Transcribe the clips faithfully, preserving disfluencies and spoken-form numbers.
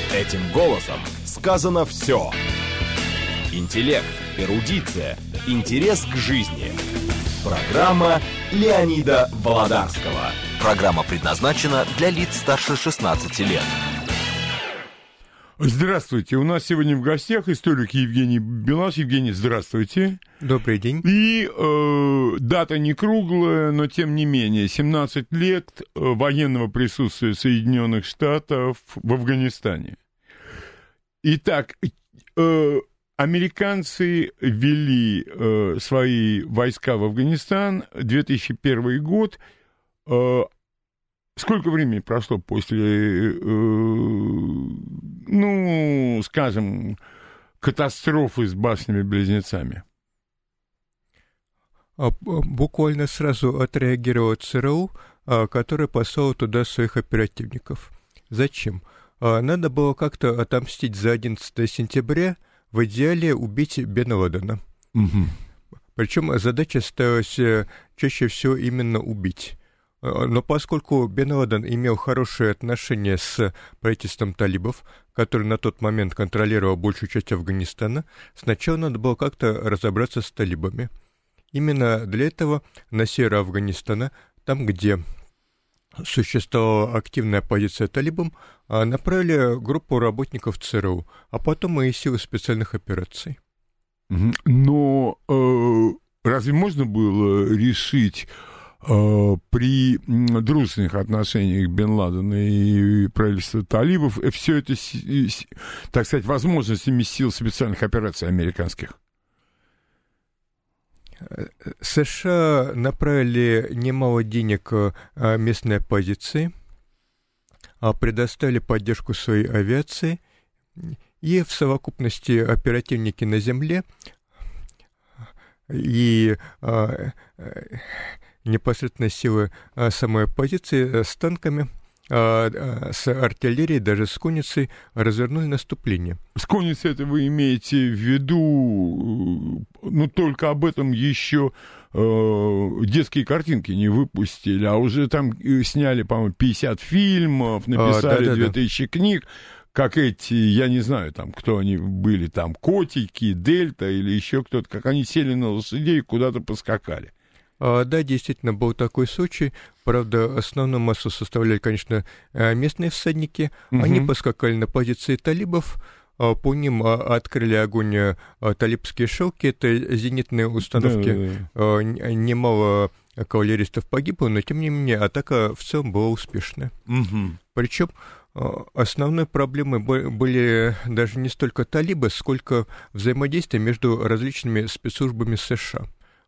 Этим голосом сказано все. Интеллект, эрудиция, интерес к жизни. Программа Леонида Володарского. Программа предназначена для лиц старше шестнадцати лет. Здравствуйте. У нас сегодня в гостях историк Евгений Белаш. Евгений, здравствуйте. Добрый день. И э, дата не круглая, но тем не менее, семнадцать лет военного присутствия Соединенных Штатов в Афганистане. Итак, э, американцы ввели э, свои войска в Афганистан, две тысячи первый год. Э, Сколько времени прошло после, э, ну, скажем, катастрофы с башнями-близнецами? Буквально сразу отреагировал ЦРУ, который послал туда своих оперативников. Зачем? Надо было как-то отомстить за одиннадцатое сентября, в идеале убить Бен Ладена. Угу. Причем задача ставилась чаще всего именно убить. Но поскольку Бен Ладен имел хорошие отношения с правительством талибов, который на тот момент контролировал большую часть Афганистана, сначала надо было как-то разобраться с талибами. Именно для этого на север Афганистана, там, где существовала активная оппозиция талибам, направили группу работников ЦРУ, а потом и силы специальных операций. Но э, разве можно было решить при дружественных отношениях Бен Ладена и правительства талибов все это, так сказать, возможностями сил специальных операций американских? США направили немало денег местной оппозиции, предоставили поддержку своей авиации, и в совокупности оперативники на земле и непосредственно силы а, самой оппозиции с танками, а, а, с артиллерией, даже с конницей развернули наступление. С конницей это вы имеете в виду, ну, только об этом еще э, детские картинки не выпустили, а уже там сняли, по-моему, пятьдесят фильмов, написали а, да, да, две тысячи да. книг, как эти, я не знаю, там, кто они были, там, Котики, Дельта или еще кто-то, как они сели на лошадей и куда-то поскакали. Да, действительно, был такой случай. Правда, основную массу составляли, конечно, местные всадники. Угу. Они поскакали на позиции талибов. По ним открыли огонь талибские шелки. Это зенитные установки. Да, да, да. Немало кавалеристов погибло, но, тем не менее, атака в целом была успешная. Угу. Причем основной проблемой были даже не столько талибы, сколько взаимодействие между различными спецслужбами США.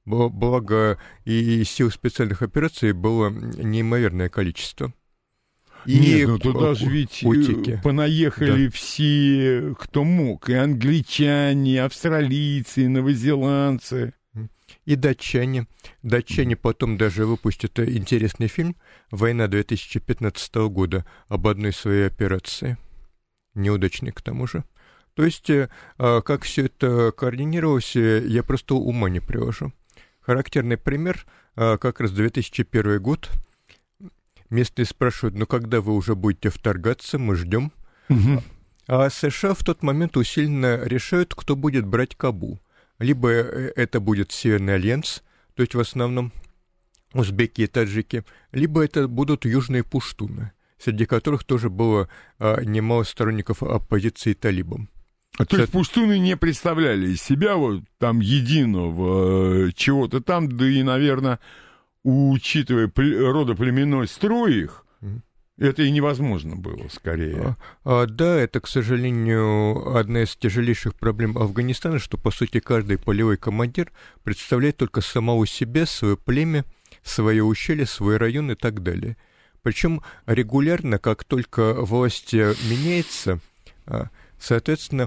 Благо и сил специальных операций было неимоверное количество. И Нет, ну туда же ведь утеки. Понаехали да. все, кто мог. И англичане, и австралийцы, и новозеландцы. И датчане. Датчане потом даже выпустят интересный фильм «Война» две тысячи пятнадцатого года об одной своей операции. Неудачной, к тому же. То есть, как все это координировалось, я просто ума не приложу. Характерный пример, как раз две тысячи первый год. Местные спрашивают, ну когда вы уже будете вторгаться, мы ждем. Угу. А США в тот момент усиленно решают, кто будет брать Кабул. Либо это будет Северный альянс, то есть в основном узбеки и таджики, либо это будут южные пуштуны, среди которых тоже было немало сторонников оппозиции талибам. А то есть пуштуны не представляли из себя вот там единого э, чего-то там, да и, наверное, учитывая пле- родоплеменной строй их, mm. это и невозможно было, скорее. А, а, да, это, к сожалению, одна из тяжелейших проблем Афганистана, что, по сути, каждый полевой командир представляет только самого себя, свое племя, свое ущелье, свой район и так далее. Причем регулярно, как только власть меняется, соответственно,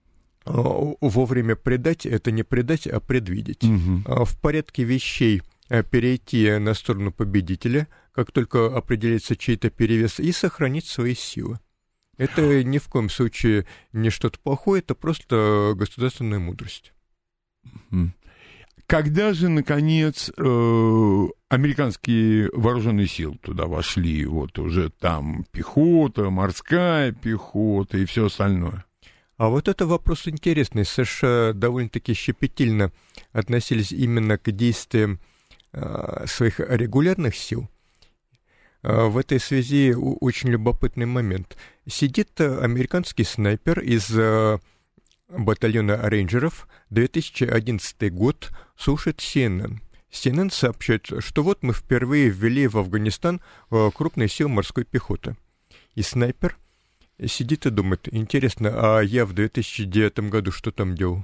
вовремя предать — это не предать, а предвидеть. Угу. В порядке вещей перейти на сторону победителя, как только определится чей-то перевес, и сохранить свои силы. Это ни в коем случае не что-то плохое, это просто государственная мудрость. когда же, наконец, э, американские вооруженные силы туда вошли? Вот уже там пехота, морская пехота и все остальное. А вот это вопрос интересный. США довольно-таки щепетильно относились именно к действиям э, своих регулярных сил. Э, в этой связи очень любопытный момент. Сидит американский снайпер из э, батальона рейнджеров, две тысячи одиннадцатый год, слушает си эн эн. си эн эн сообщает, что вот мы впервые ввели в Афганистан э, крупные силы морской пехоты. И снайпер сидит и думает, интересно, а я в две тысячи девятом году что там делал?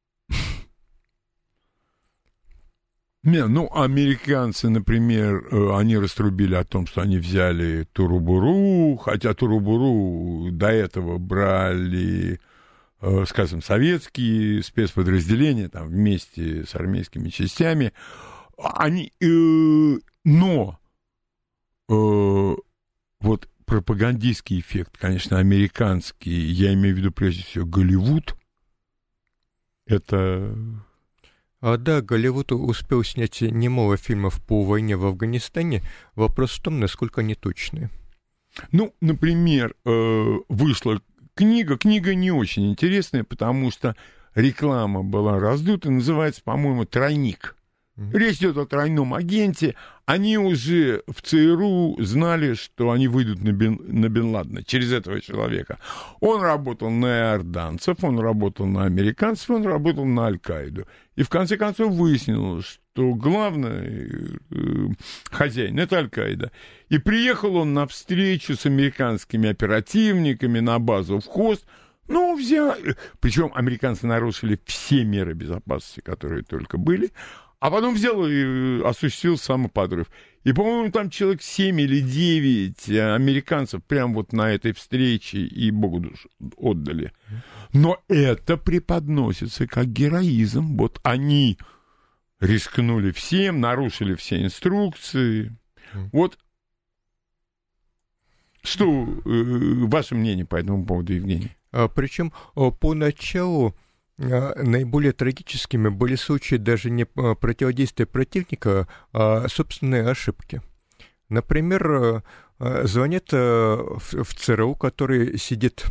Не, ну, американцы, например, они раструбили о том, что они взяли Туру-Буру, хотя Туру-Буру до этого брали, скажем, советские спецподразделения, там, вместе с армейскими частями. Они, э, но э, вот пропагандистский эффект, конечно, американский, я имею в виду прежде всего Голливуд, это... А да, Голливуд успел снять немало фильмов по войне в Афганистане. Вопрос в том, насколько они точные. Ну, например, вышла книга. Книга не очень интересная, потому что реклама была раздута. Называется, по-моему, «Тройник». Речь идет о тройном агенте. Они уже в ЦРУ знали, что они выйдут на Бен, на Бен Ладена через этого человека. Он работал на иорданцев, он работал на американцев, он работал на Аль-Каиду. И в конце концов выяснилось, что главный э, хозяин — это Аль-Каида. И приехал он на встречу с американскими оперативниками на базу в Хост. Ну, взял... Причем американцы нарушили все меры безопасности, которые только были. А потом взял и осуществил самоподрыв. И, по-моему, там человек семь или девять американцев прямо вот на этой встрече и Богу душу отдали. Но это преподносится как героизм. Вот они рискнули всем, нарушили все инструкции. Вот что э, ваше мнение по этому поводу, Евгений? А, причем поначалу наиболее трагическими были случаи даже не противодействия противника, а собственные ошибки. Например, звонят в ЦРУ, который сидит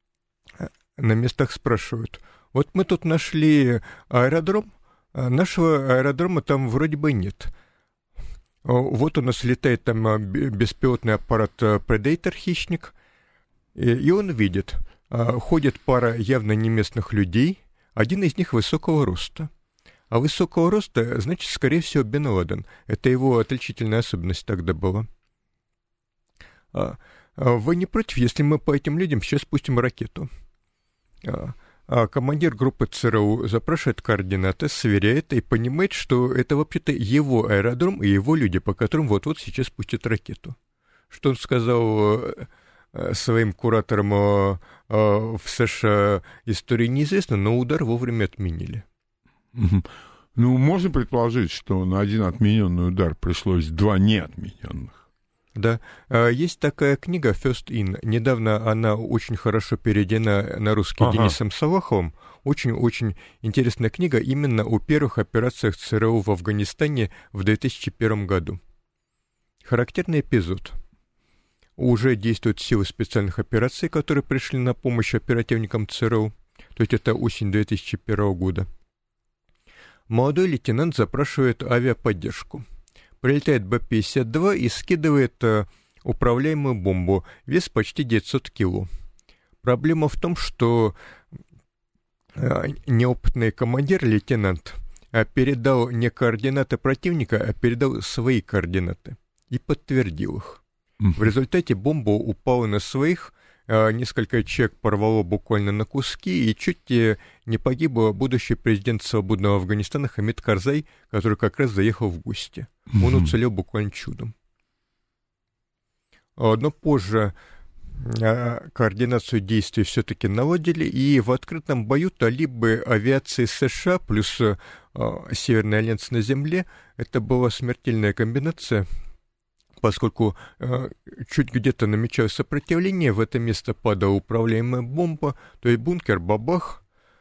на местах, спрашивают, вот мы тут нашли аэродром, нашего аэродрома там вроде бы нет. Вот у нас летает там беспилотный аппарат Predator, хищник, и он видит, ходит пара явно не местных людей. Один из них высокого роста. А высокого роста, значит, скорее всего, Бен Ладен. Это его отличительная особенность тогда была. А, а вы не против, если мы по этим людям сейчас спустим ракету? А, а командир группы ЦРУ запрашивает координаты, сверяет и понимает, что это вообще-то его аэродром и его люди, по которым вот-вот сейчас спустят ракету. Что он сказал своим кураторам э, э, в США, истории неизвестно, но удар вовремя отменили. Ну, можно предположить, что на один отмененный удар пришлось два неотмененных. Да. Есть такая книга «First In». Недавно она очень хорошо переведена на русский ага. Денисом Салаховым. Очень-очень интересная книга именно о первых операциях ЦРУ в Афганистане в две тысячи первом году. Характерный эпизод. Уже действуют силы специальных операций, которые пришли на помощь оперативникам ЦРУ. То есть это осень две тысячи первого года. Молодой лейтенант запрашивает авиаподдержку. Прилетает Бэ пятьдесят два и скидывает э, управляемую бомбу, вес почти девятьсот кило. Проблема в том, что э, неопытный командир, лейтенант, э, передал не координаты противника, а передал свои координаты и подтвердил их. В результате бомба упала на своих, несколько человек порвало буквально на куски, и чуть не погиб будущий президент свободного Афганистана Хамид Карзай, который как раз заехал в гости. Он уцелел буквально чудом. Но позже координацию действий все-таки наладили, и в открытом бою талибы авиации США плюс Северный альянс на земле, это была смертельная комбинация. Поскольку э, чуть где-то намечалось сопротивление, в это место падала управляемая бомба, то есть бункер бабах,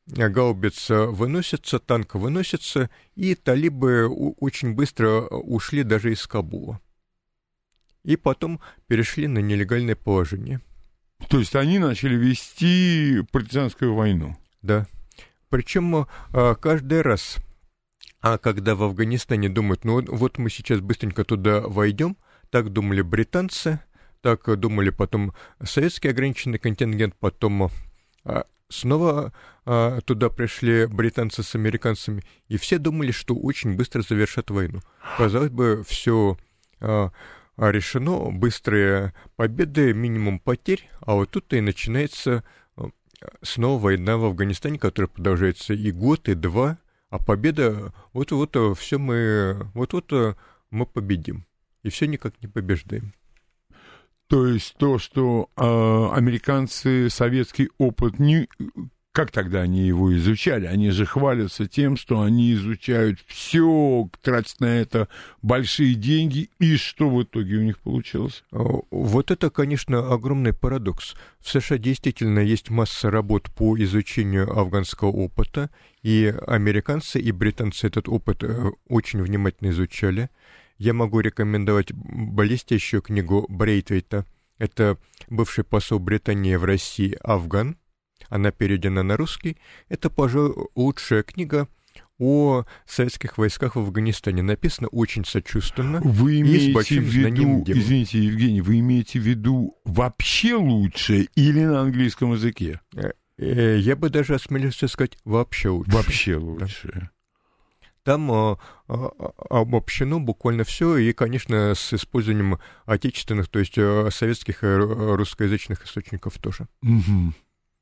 гаубиц выносится, танк выносится, и талибы очень быстро ушли даже из Кабула. И потом перешли на нелегальное положение. То есть они начали вести партизанскую войну? Да. Причем каждый раз, а когда в Афганистане думают, ну вот мы сейчас быстренько туда войдем, так думали британцы, так думали потом советский ограниченный контингент, потом снова а, туда пришли британцы с американцами, и все думали, что очень быстро завершат войну. Казалось бы, все а, решено, быстрые победы, минимум потерь, а вот тут-то и начинается а, снова война в Афганистане, которая продолжается и год, и два, а победа, вот-вот все мы, вот-вот мы победим, и все никак не побеждаем. То есть то, что э, американцы советский опыт, не, как тогда они его изучали? Они же хвалятся тем, что они изучают все, тратят на это большие деньги, и что в итоге у них получилось? Вот это, конечно, огромный парадокс. В США действительно есть масса работ по изучению афганского опыта, и американцы и британцы этот опыт очень внимательно изучали. Я могу рекомендовать блестящую книгу Брейтвейта. Это бывший посол Британии в России «Афган». Она переведена на русский. Это, пожалуй, лучшая книга о советских войсках в Афганистане. Написано очень сочувственно. Вы имеете в виду, извините, Евгений, вы имеете в виду вообще лучше или на английском языке? Я бы даже осмелился сказать вообще лучше. Вообще лучше. Да. Там а, а, обобщено буквально все, и, конечно, с использованием отечественных, то есть советских и русскоязычных источников тоже. Угу.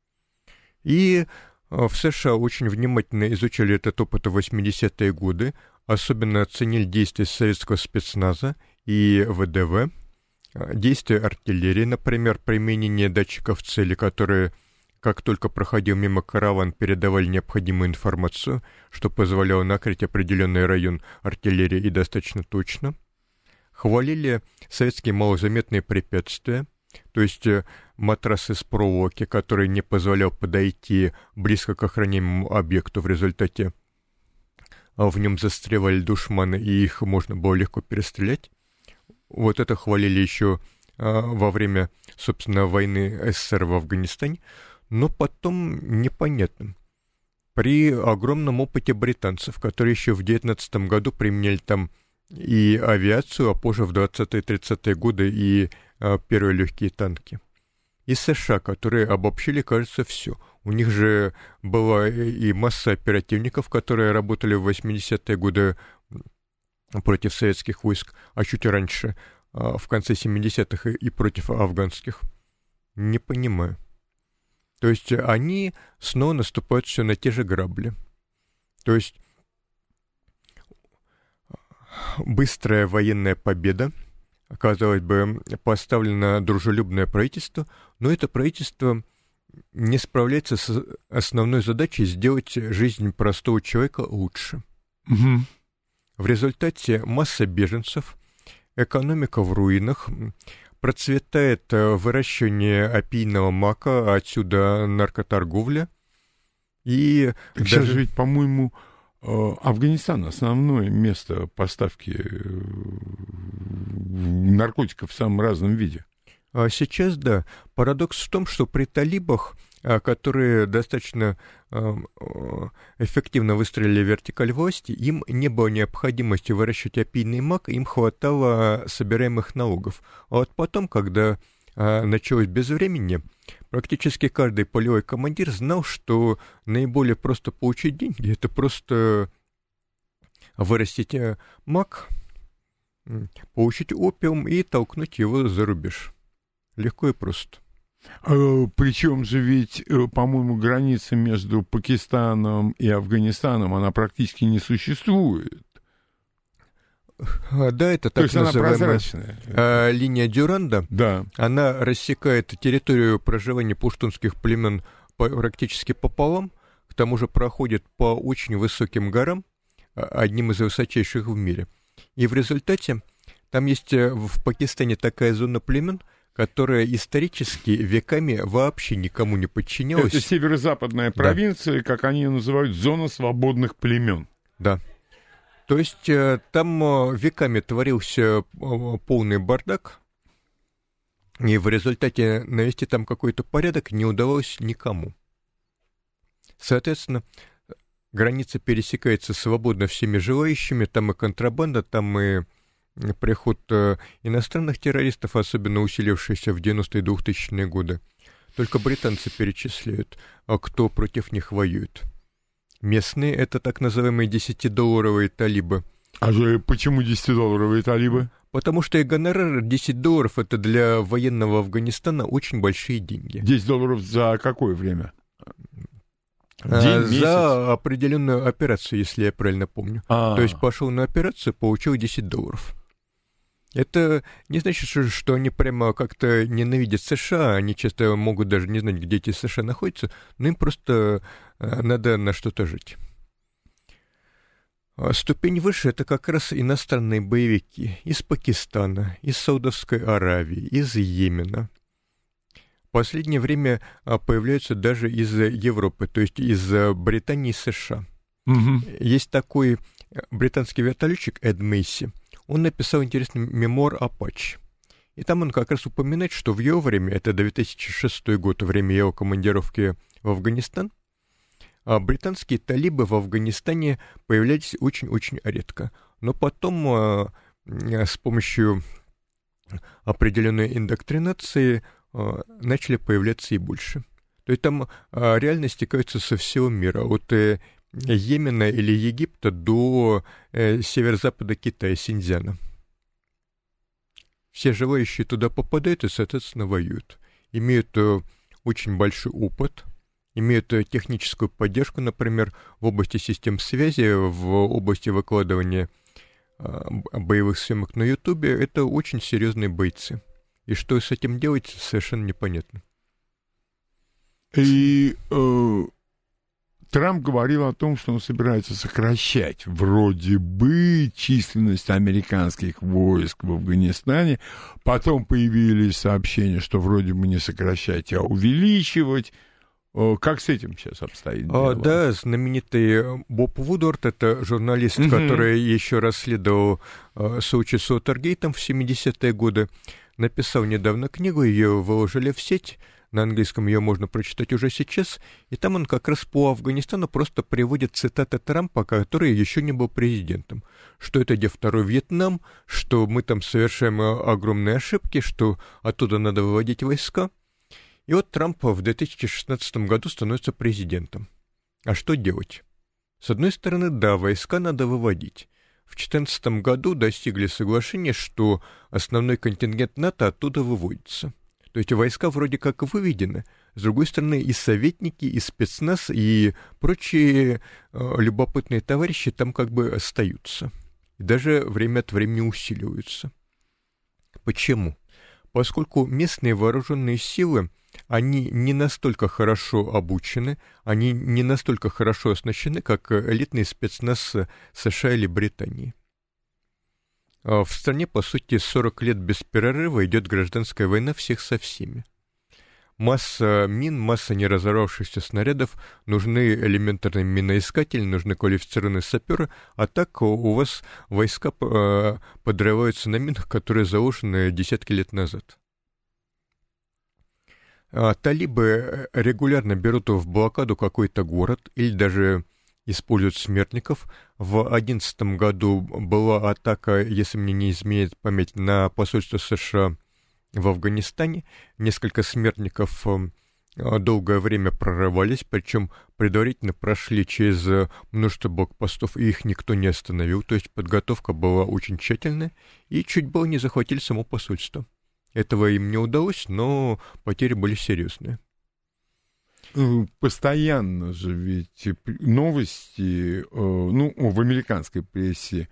И в США очень внимательно изучали этот опыт в восьмидесятые годы, особенно оценили действия советского спецназа и ВДВ, действия артиллерии, например, применение датчиков цели, которые... Как только проходил мимо караван, передавали необходимую информацию, что позволяло накрыть определенный район артиллерии и достаточно точно. Хвалили советские малозаметные препятствия, то есть матрас из проволоки, который не позволял подойти близко к охраняемому объекту. В результате в нем застревали душманы, и их можно было легко перестрелять. Вот это хвалили еще во время, собственно, войны СССР в Афганистане. Но потом непонятно. При огромном опыте британцев, которые еще в девятнадцатом году применяли там и авиацию, а позже в двадцатые-тридцатые годы и а, первые легкие танки. И США, которые обобщили, кажется, все. У них же была и масса оперативников, которые работали в восьмидесятые годы против советских войск, а чуть раньше, а, в конце семидесятых, и против афганских. Не понимаю. То есть они снова наступают все на те же грабли. То есть быстрая военная победа, казалось бы, поставлено дружелюбное правительство, но это правительство не справляется с основной задачей сделать жизнь простого человека лучше. Угу. В результате масса беженцев, экономика в руинах, процветает выращивание опийного мака, отсюда наркоторговля. И сейчас даже... ведь, по-моему, Афганистан основное место поставки наркотиков в самом разном виде. А сейчас, да. Парадокс в том, что при талибах, которые достаточно эффективно выстроили вертикаль власти, им не было необходимости выращивать опийный мак, им хватало собираемых налогов. А вот потом, когда началось безвременье, практически каждый полевой командир знал, что наиболее просто получить деньги — это просто вырастить мак, получить опиум и толкнуть его за рубеж. Легко и просто. Причем же ведь, по-моему, граница между Пакистаном и Афганистаном, она практически не существует. Да, это так называемая а, линия Дюранда. Да. Она рассекает территорию проживания пуштунских племен практически пополам, к тому же проходит по очень высоким горам, одним из высочайших в мире. И в результате там есть в Пакистане такая зона племен, которая исторически веками вообще никому не подчинялась. Это северо-западная провинция, да. Как они ее называют, зона свободных племен. Да. То есть там веками творился полный бардак, и в результате навести там какой-то порядок не удавалось никому. Соответственно, граница пересекается свободно всеми желающими, там и контрабанда, там и приход иностранных террористов, особенно усилившийся в девяностые и двухтысячные годы. Только британцы перечисляют, а кто против них воюет. Местные — это так называемые десятидолларовые талибы. А же почему десятидолларовые талибы? Потому что и гонорар десять долларов — это для военного Афганистана очень большие деньги. десять долларов за какое время? День, месяц? За определенную операцию, если я правильно помню. А-а-а. То есть пошел на операцию, получил десять долларов. Это не значит, что они прямо как-то ненавидят США, они часто могут даже не знать, где эти США находятся, но им просто надо на что-то жить. Ступень выше — это как раз иностранные боевики из Пакистана, из Саудовской Аравии, из Йемена. В последнее время появляются даже из Европы, то есть из Британии и США. Угу. Есть такой британский вертолетчик Эд Мейси. Он написал интересный мемуар «Апач». И там он как раз упоминает, что в его время, это две тысячи шестой год, время его командировки в Афганистан, британские талибы в Афганистане появлялись очень-очень редко. Но потом с помощью определенной индоктринации начали появляться и больше. То есть там реально стекаются со всего мира, от Йемена или Египта до э, северо-запада Китая, Синьцзяна. Все желающие туда попадают и, соответственно, воюют. Имеют э, очень большой опыт, имеют э, техническую поддержку, например, в области систем связи, в области выкладывания э, боевых съемок на Ютубе. Это очень серьезные бойцы. И что с этим делать, совершенно непонятно. И... Э... Трамп говорил о том, что он собирается сокращать вроде бы численность американских войск в Афганистане. Потом появились сообщения, что вроде бы не сокращать, а увеличивать. Как с этим сейчас обстоит дело? А, да, знаменитый Боб Вудвард, это журналист, угу. который еще расследовал uh, случай с Уотергейтом в семидесятые годы, написал недавно книгу, ее выложили в сеть. На английском ее можно прочитать уже сейчас, и там он как раз по Афганистану просто приводит цитаты Трампа, который еще не был президентом. Что это где второй Вьетнам, что мы там совершаем огромные ошибки, что оттуда надо выводить войска. И вот Трамп в две тысячи шестнадцатом году становится президентом. А что делать? С одной стороны, да, войска надо выводить. В две тысячи четырнадцатом году достигли соглашения, что основной контингент НАТО оттуда выводится. То есть войска вроде как выведены, с другой стороны и советники, и спецназ, и прочие э, любопытные товарищи там как бы остаются. И даже время от времени усиливаются. Почему? Поскольку местные вооруженные силы, они не настолько хорошо обучены, они не настолько хорошо оснащены, как элитный спецназ США или Британии. В стране, по сути, сорок лет без перерыва идет гражданская война всех со всеми. Масса мин, масса неразорвавшихся снарядов, нужны элементарные миноискатели, нужны квалифицированные саперы, а так у вас войска подрываются на минах, которые заложены десятки лет назад. Талибы регулярно берут в блокаду какой-то город или даже используют смертников. В две тысячи одиннадцатом году была атака, если мне не изменяет память, на посольство США в Афганистане. Несколько смертников долгое время прорывались, причем предварительно прошли через множество блокпостов, и их никто не остановил. То есть подготовка была очень тщательная, и чуть было не захватили само посольство. Этого им не удалось, но потери были серьезные. Постоянно же ведь новости, ну, в американской прессе,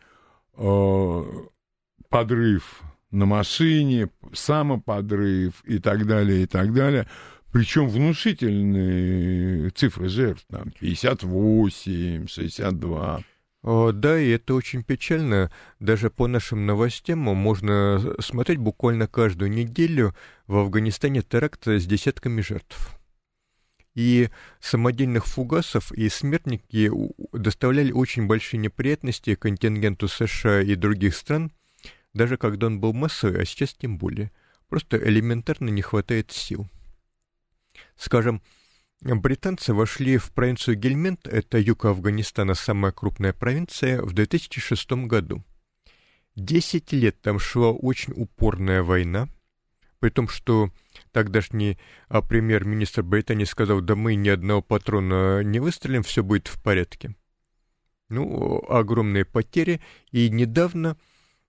подрыв на машине, самоподрыв и так далее, и так далее. Причем внушительные цифры жертв, там, пятьдесят восемь, шестьдесят два. Да, и это очень печально. Даже по нашим новостям можно смотреть буквально каждую неделю в Афганистане теракты с десятками жертв. И самодельных фугасов и смертники доставляли очень большие неприятности контингенту США и других стран, даже когда он был массовый, а сейчас тем более. Просто элементарно не хватает сил. Скажем, британцы вошли в провинцию Гельманд, это юг Афганистана, самая крупная провинция, в две тысячи шестом году. Десять лет там шла очень упорная война, при том, что тогдашний а, премьер-министр Британии сказал, да мы ни одного патрона не выстрелим, все будет в порядке. Ну, огромные потери, и недавно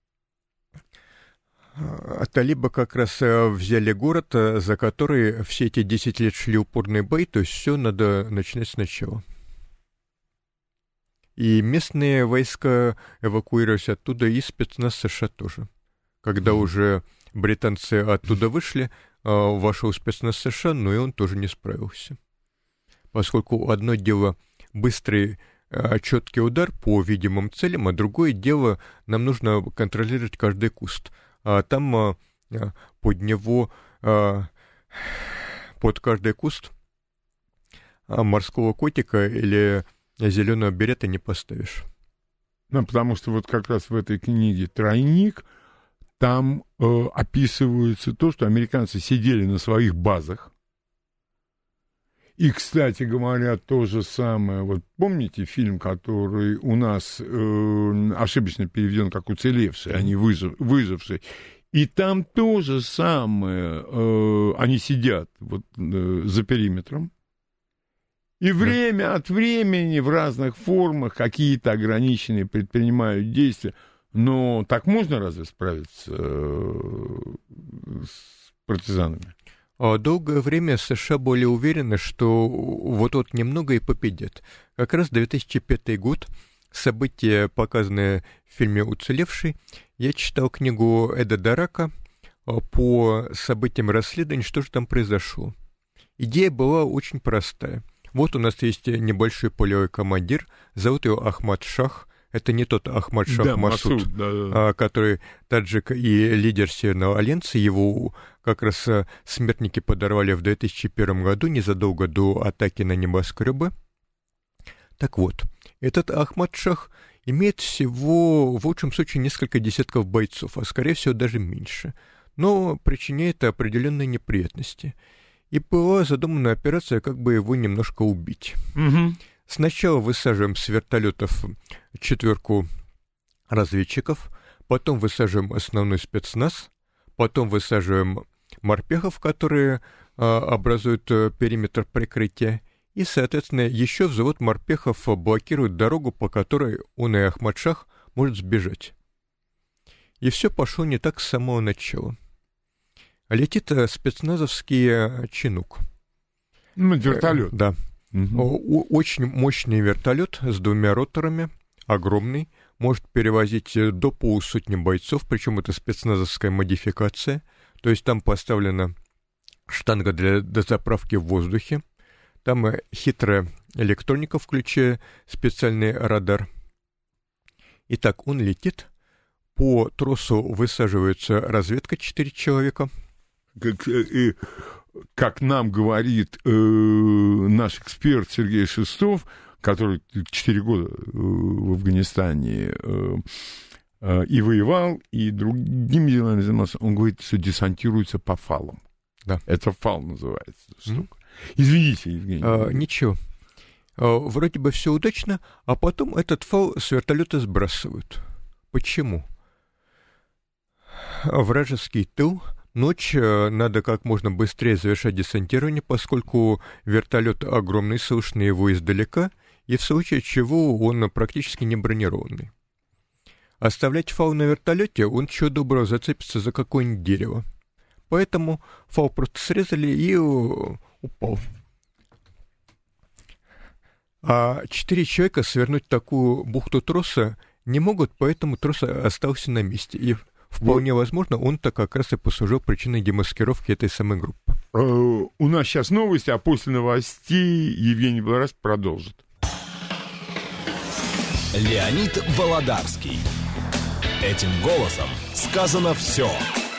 а, талибы как раз а, взяли город, а, за который все эти десять лет шли упорные бои, то есть все надо начинать сначала. И местные войска эвакуировались оттуда, и спецназ США тоже. Когда mm-hmm. уже британцы оттуда вышли, а, вошел спецназ США, но и он тоже не справился. Поскольку одно дело быстрый, а, четкий удар по видимым целям, а другое дело нам нужно контролировать каждый куст. А там а, под него, а, под каждый куст а, морского котика или зеленого берета не поставишь. Ну, потому что вот как раз в этой книге «Тройник» там э, описывается то, что американцы сидели на своих базах. И, кстати говоря, то же самое, вот помните фильм, который у нас э, ошибочно переведен как «Уцелевший», а не выжив, «Выживший». И там то же самое, э, они сидят вот, э, за периметром, и время от времени в разных формах какие-то ограниченные предпринимают действия. Но так можно разве справиться э, с партизанами? Долгое время США были уверены, что вот-вот немного и победят. Как раз две тысячи пятый год, события, показанные в фильме «Уцелевший», я читал книгу Эда Дарака по событиям расследования, что же там произошло. Идея была очень простая. Вот у нас есть небольшой полевой командир, зовут его Ахмад Шах. Это не тот Ахмад Шах да, Масуд, Масуд да, да. который таджик и лидер Северного альянса. Его как раз смертники подорвали в две тысячи первом году, незадолго до атаки на небоскребы. Так вот, этот Ахмад Шах имеет всего, в лучшем случае, несколько десятков бойцов, а скорее всего даже меньше, но причиняет определенные неприятности. И была задумана операция, как бы его немножко убить. Угу. Сначала высаживаем с вертолетов четверку разведчиков, потом высаживаем основной спецназ, потом высаживаем морпехов, которые а, образуют а, периметр прикрытия, и, соответственно, еще взвод морпехов блокирует дорогу, по которой он и Ахмад Шах может сбежать. И все пошло не так с самого начала. Летит спецназовский чинук. Ну, вертолет. Э, да. Угу. Очень мощный вертолет с двумя роторами, огромный, может перевозить до полусотни бойцов, причем это спецназовская модификация, то есть там поставлена штанга для дозаправки в воздухе, там хитрая электроника, включая специальный радар. Итак, он летит, по тросу высаживается разведка, четыре человека. Как, и, как нам говорит э, наш эксперт Сергей Шестов, который четыре года э, в Афганистане э, э, и воевал, и другими делами занимался, он говорит, что десантируется по фалам. Да. Это фал называется. Mm-hmm. Извините, Евгений. А, ничего. А, вроде бы все удачно, а потом этот фал с вертолета сбрасывают. Почему? Вражеский тыл. Ночь, надо как можно быстрее завершать десантирование, поскольку вертолет огромный, слышно его издалека, и в случае чего он практически не бронированный. Оставлять фау на вертолете, он чего доброго зацепится за какое-нибудь дерево. Поэтому фау просто срезали и упал. А четыре человека свернуть такую бухту троса не могут, поэтому трос остался на месте. И вполне возможно, он-то как раз и послужил причиной демаскировки этой самой группы. У нас сейчас новости, а после новостей Евгений Белорас продолжит. Леонид Володарский. Этим голосом сказано все.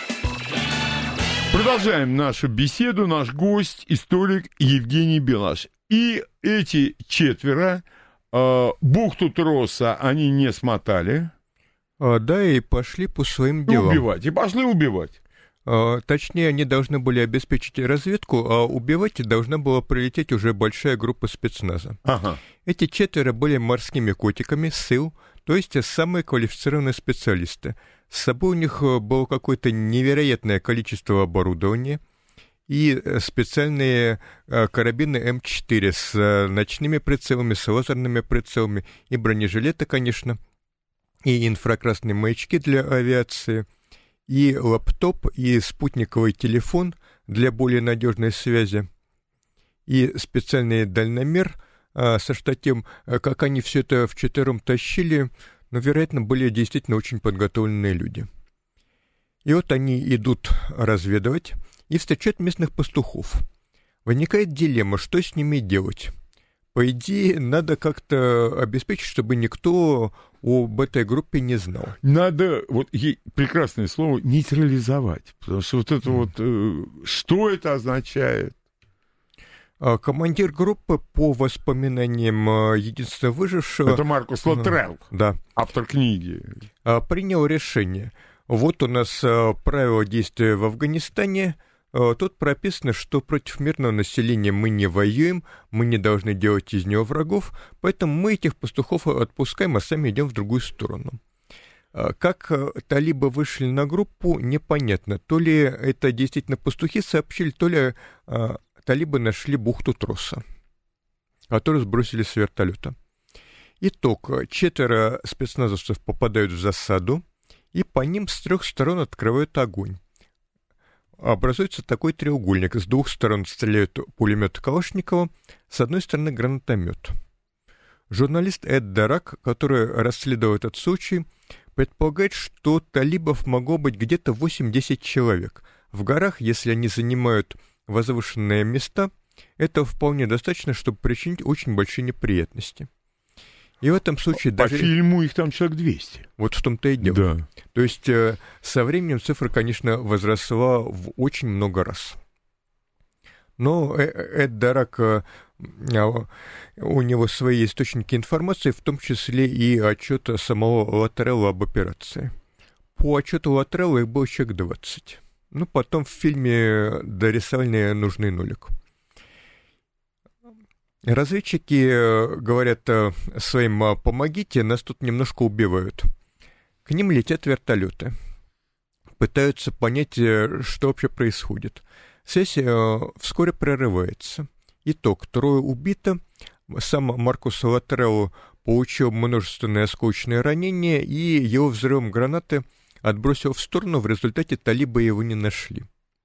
Продолжаем нашу беседу. Наш гость, историк Евгений Белаш. И эти четверо э, бухту Троса они не смотали. А, да, и пошли по своим делам. Убивать. И пошли убивать. А, точнее, они должны были обеспечить разведку, а убивать должна была прилететь уже большая группа спецназа. Ага. Эти четверо были морскими котиками, СИЛ, то есть самые квалифицированные специалисты. С собой у них было какое-то невероятное количество оборудования и специальные карабины эм четыре с ночными прицелами, с лазерными прицелами, и бронежилеты, конечно, и инфракрасные маячки для авиации, и лаптоп, и спутниковый телефон для более надежной связи, и специальный дальномер со штативом. Как они все это вчетвером тащили, но, вероятно, были действительно очень подготовленные люди. И вот они идут разведывать и встречают местных пастухов. Возникает дилемма, что с ними делать. По идее, надо как-то обеспечить, чтобы никто об этой группе не знал. Надо, вот ей прекрасное слово, нейтрализовать. Потому что вот это mm. вот, э, что это означает? Командир группы, по воспоминаниям единственного выжившего... Это Маркус Лотрелл, да, автор книги. Принял решение. Вот у нас правила действия в Афганистане. Тут прописано, что против мирного населения мы не воюем, мы не должны делать из него врагов, поэтому мы этих пастухов отпускаем, а сами идем в другую сторону. Как талибы вышли на группу, непонятно. То ли это действительно пастухи сообщили, то ли... талибы нашли бухту Троса, которую сбросили с вертолета. Итог. Четверо спецназовцев попадают в засаду, и по ним с трех сторон открывают огонь. Образуется такой треугольник. С двух сторон стреляют пулеметы Калашникова, с одной стороны гранатомет. Журналист Эд Дарак, который расследовал этот случай, предполагает, что талибов могло быть где-то восемь-десять человек. В горах, если они занимают возвышенные места, этого вполне достаточно, чтобы причинить очень большие неприятности. И в этом случае По даже... По фильму их там человек двести. Вот в том-то и дело. Да. То есть э, со временем цифра, конечно, возросла в очень много раз. Но Эд Дарак, э, у него свои источники информации, в том числе и отчет самого Лотрелла об операции. По отчету Лотрелла их было человек двадцать. Ну, потом в фильме дорисовали нужный нулик. Разведчики говорят своим: помогите, нас тут немножко убивают. К ним летят вертолеты. Пытаются понять, что вообще происходит. Связь вскоре прерывается. Итог. Трое убито. Сам Маркус Лотрелл получил множественные осколочные ранения, и его взрывом гранаты отбросил в сторону, в результате талибы его не нашли.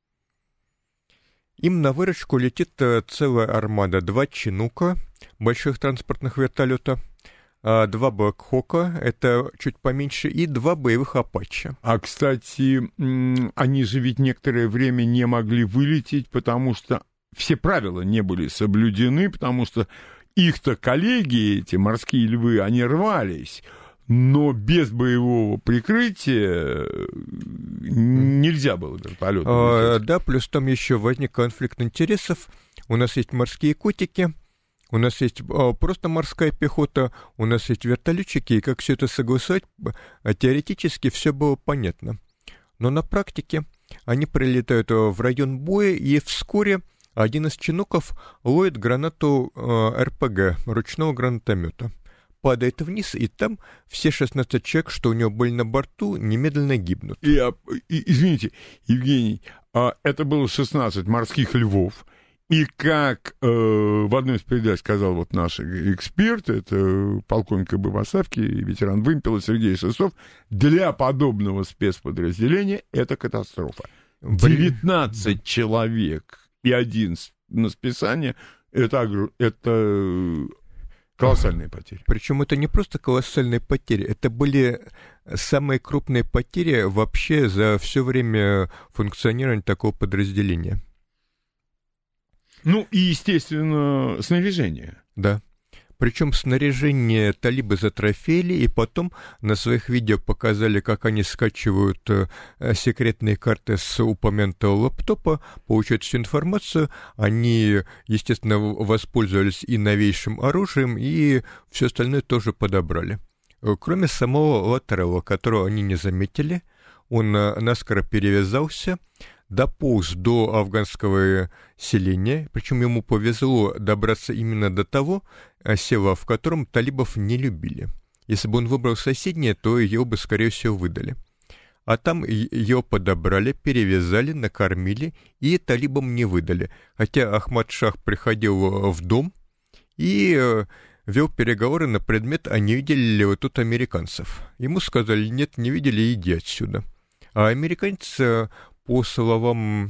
Им на выручку летит целая армада. Два чинука, больших транспортных вертолета, два Блэкхока, это чуть поменьше, и два боевых Апачи. А, кстати, они же ведь некоторое время не могли вылететь, потому что все правила не были соблюдены, потому что их-то коллеги, эти морские львы, они рвались. Но без боевого прикрытия нельзя было вертолет. А, да, плюс там еще возник конфликт интересов. У нас есть морские котики, у нас есть а, просто морская пехота, у нас есть вертолетчики, и как все это согласовать, а, теоретически все было понятно. Но на практике они прилетают в район боя, и вскоре один из чинуков ловит гранату а, эр пэ гэ, ручного гранатомета. Падает вниз, и там все шестнадцать человек, что у него были на борту, немедленно гибнут. И, и, извините, Евгений, а это было шестнадцать морских львов, и как э, в одной из передач сказал вот наш эксперт, это полковник ка бэ в отставке, ветеран вымпела Сергей Шестов, для подобного спецподразделения это катастрофа. девятнадцать человек и один на списание, это, это колоссальные потери. Причем это не просто колоссальные потери, это были самые крупные потери вообще за все время функционирования такого подразделения. Ну и, естественно, снаряжение. Да. Причем снаряжение талибы затрофеили, и потом на своих видео показали, как они скачивают секретные карты с упомянутого лаптопа, получают всю информацию. Они, естественно, воспользовались и новейшим оружием, и все остальное тоже подобрали. Кроме самого Латрелла, которого они не заметили, он наскоро перевязался, дополз до афганского селения, причем ему повезло добраться именно до того села, в котором талибов не любили. Если бы он выбрал соседнее, то его бы, скорее всего, выдали. А там ее подобрали, перевязали, накормили и талибам не выдали. Хотя Ахмад Шах приходил в дом и вел переговоры на предмет, а не видели ли вы тут американцев. Ему сказали: нет, не видели, иди отсюда. А американцы, по словам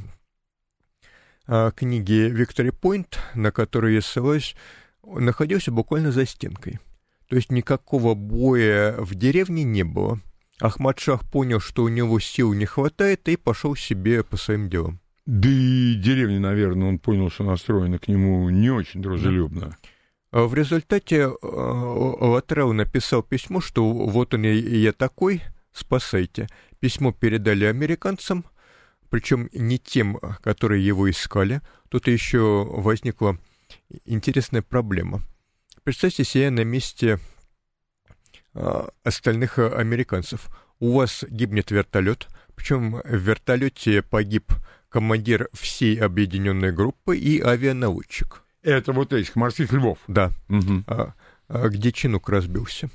а, книги «Victory Point», на которую я ссылаюсь, находился буквально за стенкой. То есть никакого боя в деревне не было. Ахмад Шах понял, что у него сил не хватает, и пошел себе по своим делам. Да и деревня, наверное, он понял, что настроена к нему не очень дружелюбно. В результате Латрелл написал письмо, что вот он и я такой, спасайте. Письмо передали американцам, причем не тем, которые его искали. Тут еще возникла интересная проблема. Представьте себе на месте а, остальных американцев. У вас гибнет вертолет, причем в вертолете погиб командир всей объединенной группы и авианаводчик. Это вот этих морских львов? Да, угу. а, а, где Чинук разбился.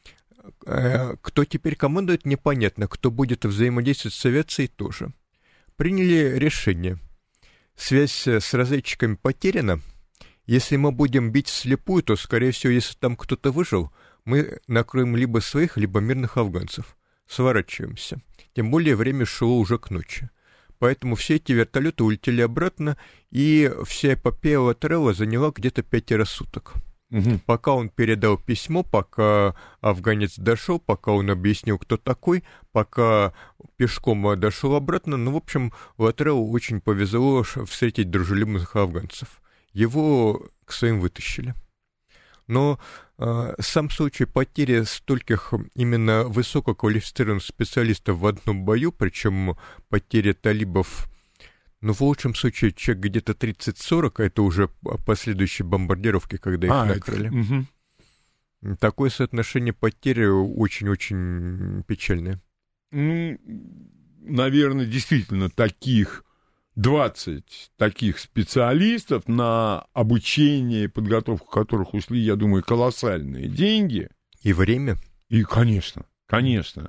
Кто теперь командует, непонятно. Кто будет взаимодействовать с авиацией, тоже. Приняли решение. Связь с разведчиками потеряна. Если мы будем бить вслепую, то, скорее всего, если там кто-то выжил, мы накроем либо своих, либо мирных афганцев. Сворачиваемся. Тем более время шло уже к ночи. Поэтому все эти вертолеты улетели обратно, и вся эпопея Латрелла заняла где-то пятеро суток. Угу. Пока он передал письмо, пока афганец дошел, пока он объяснил, кто такой, пока пешком дошел обратно, ну, в общем, Латреллу очень повезло встретить дружелюбных афганцев. Его к своим вытащили. Но э, сам случай потери стольких именно высококвалифицированных специалистов в одном бою, причем потери талибов, ну, в лучшем случае, человек где-то тридцать-сорок, а это уже последующие бомбардировки, когда их а, накрыли. Это... Угу. Такое соотношение потери очень-очень печальное. Ну, наверное, действительно, таких двадцать таких специалистов, на обучение и подготовку которых ушли, я думаю, колоссальные деньги. И время. И, конечно, конечно.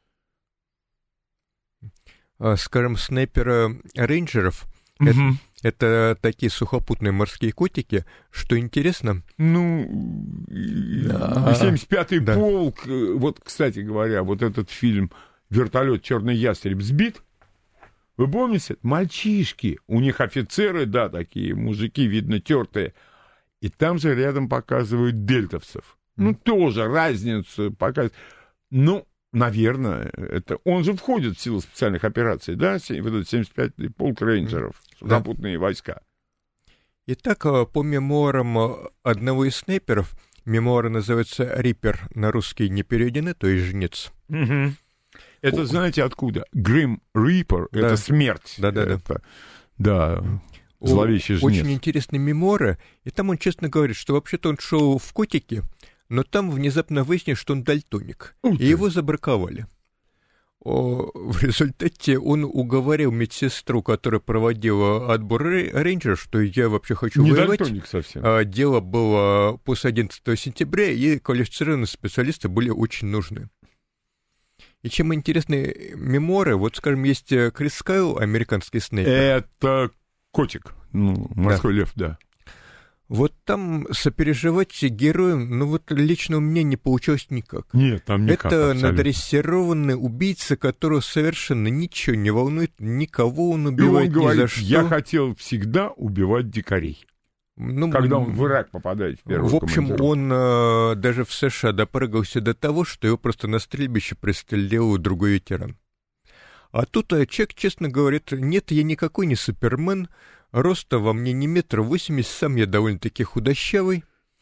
Скажем, снайперы рейнджеров, угу. это, это такие сухопутные морские котики, что интересно. Ну, да. семьдесят пятый да. полк, вот, кстати говоря, вот этот фильм «Вертолет Черный ястреб» сбит. Вы помните? Мальчишки, у них офицеры, да, такие мужики, видно, тертые. И там же рядом показывают дельтовцев. Mm. Ну, тоже разницу показывают. Ну, наверное, это... Он же входит в силу специальных операций, да, в этот семьдесят пятый полк рейнджеров, сухопутные да. войска. Итак, по мемуарам одного из снайперов, мемуары называются «Риппер», на русский не переведены, то есть «Жнец». Угу. Это, знаете, откуда? Grim Reaper — да. это смерть. Да-да-да. Да, зловещий жнец. Очень интересные мемуары, и там он честно говорит, что вообще-то он шел в котике, но там внезапно выяснилось, что он дальтоник, и его забраковали. О, в результате он уговорил медсестру, которая проводила отбор рейнджеров, что я вообще хочу не воевать. Дальтоник совсем. Дело было после одиннадцатого сентября, и квалифицированные специалисты были очень нужны. И чем интересны мемуары, вот, скажем, есть Крис Скайл, американский снайпер. Это котик, ну, морской да. лев, да. Вот там сопереживать героям, ну вот лично у меня не получилось никак. Нет, там никак. Это абсолютно. Надрессированный убийца, которого совершенно ничего не волнует, никого он убивает И он говорит, ни за что. Я хотел всегда убивать дикарей. Ну, когда он в Ирак попадает в первую В общем, он э, даже в США допрыгался до того, что его просто на стрельбище пристрелил другой ветеран. А тут э, человек честно говорит, нет, я никакой не Супермен, роста во мне не метр восемьдесят, сам я довольно-таки худощавый.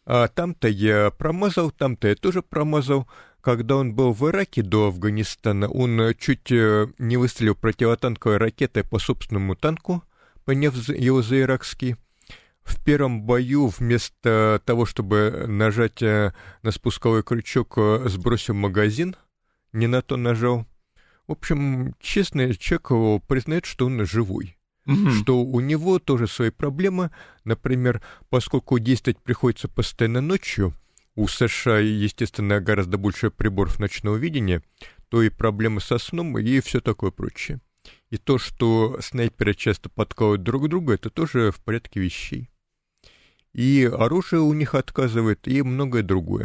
А там-то я промазал, там-то я тоже промазал. Когда он был в Ираке до Афганистана, он чуть не выстрелил противотанковой ракетой по собственному танку, поняв его за иракский. В первом бою вместо того, чтобы нажать на спусковой крючок, сбросил магазин, не на то нажал. В общем, честно, человек признает, что он живой. Mm-hmm. Что у него тоже свои проблемы. Например, поскольку действовать приходится постоянно ночью, у США, естественно, гораздо больше приборов ночного видения, то и проблемы со сном, и все такое прочее. И то, что снайперы часто подкалывают друг друга, это тоже в порядке вещей. И оружие у них отказывает, и многое другое.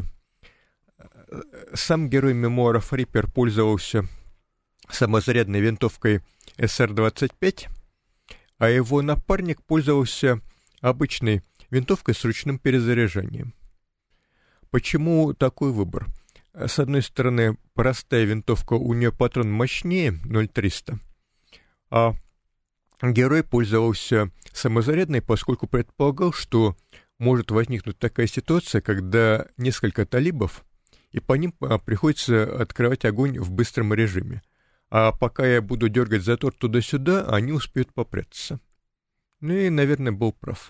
Сам герой мемуаров Риппер пользовался самозарядной винтовкой эс эр двадцать пять, а его напарник пользовался обычной винтовкой с ручным перезаряжанием. Почему такой выбор? С одной стороны, простая винтовка, у нее патрон мощнее ноль триста, а герой пользовался самозарядной, поскольку предполагал, что может возникнуть такая ситуация, когда несколько талибов, и по ним приходится открывать огонь в быстром режиме. А пока я буду дергать затвор туда-сюда, они успеют попрятаться. Ну и, наверное, был прав.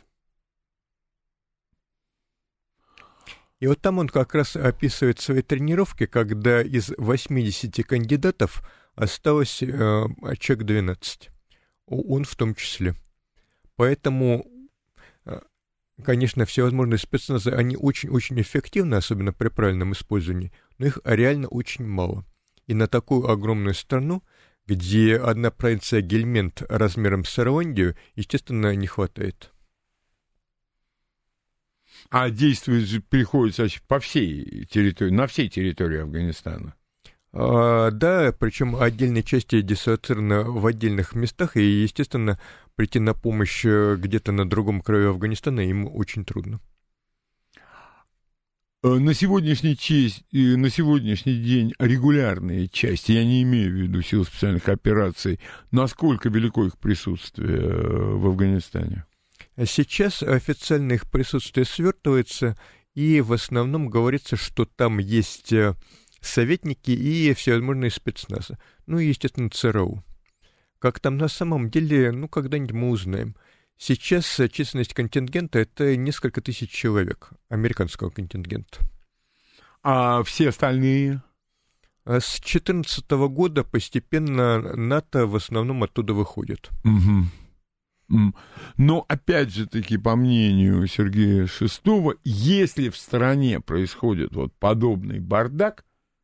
И вот там он как раз описывает свои тренировки, когда из восьмидесяти кандидатов осталось э, человек двенадцать. Он в том числе. Поэтому, э, конечно, всевозможные спецназы, они очень-очень эффективны, особенно при правильном использовании, но их реально очень мало. И на такую огромную страну, где одна провинция Гельмент размером с Ирландию, естественно, не хватает. А действовать же приходится по всей территории, на всей территории Афганистана. А, да, причем отдельные части дислоцированы в отдельных местах, и, естественно, прийти на помощь где-то на другом краю Афганистана им очень трудно. На сегодняшний, честь, на сегодняшний день регулярные части, я не имею в виду сил специальных операций, насколько велико их присутствие в Афганистане? Сейчас официально их присутствие свертывается, и в основном говорится, что там есть советники и всевозможные спецназы. Ну и, естественно, ЦРУ. Как там на самом деле, ну, когда-нибудь мы узнаем. Сейчас численность контингента — это несколько тысяч человек, американского контингента. А все остальные? С две тысячи четырнадцатого года постепенно НАТО в основном оттуда выходит. Угу. Но, опять же таки, по мнению Сергея Шестого, если в стране происходит вот подобный бардак,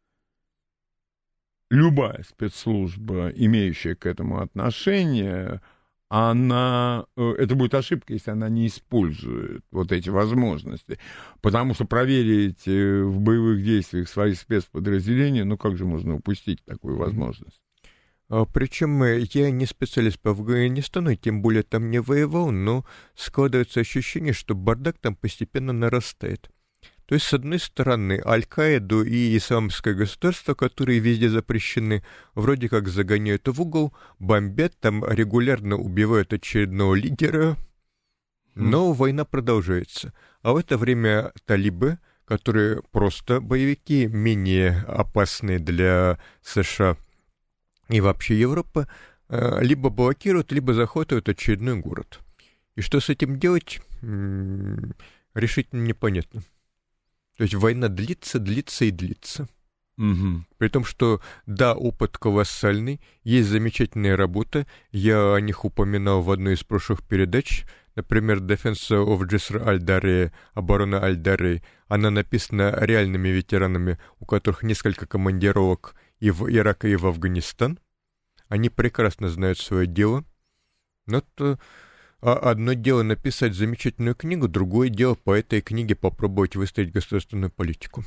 любая спецслужба, имеющая к этому отношение, она, это будет ошибка, если она не использует вот эти возможности. Потому что проверить в боевых действиях свои спецподразделения, ну как же можно упустить такую возможность? Причем я не специалист по Афганистану, и тем более там не воевал, но складывается ощущение, что бардак там постепенно нарастает. То есть, с одной стороны, Аль-Каиду и Исламское государство, которые везде запрещены, вроде как загоняют в угол, бомбят, там регулярно убивают очередного лидера, но mm. война продолжается. А в это время талибы, которые просто боевики, менее опасные для США и вообще Европы, либо блокируют, либо захватывают очередной город. И что с этим делать, решительно непонятно. То есть война длится, длится и длится. Угу. При том, что, да, опыт колоссальный, есть замечательная работа, я о них упоминал в одной из прошлых передач, например, Defense of Jisr al-Dareh, оборона Аль-Дарей, она написана реальными ветеранами, у которых несколько командировок и в Ирак, и в Афганистан. Они прекрасно знают свое дело. Но то одно дело написать замечательную книгу, другое дело по этой книге попробовать выстроить государственную политику.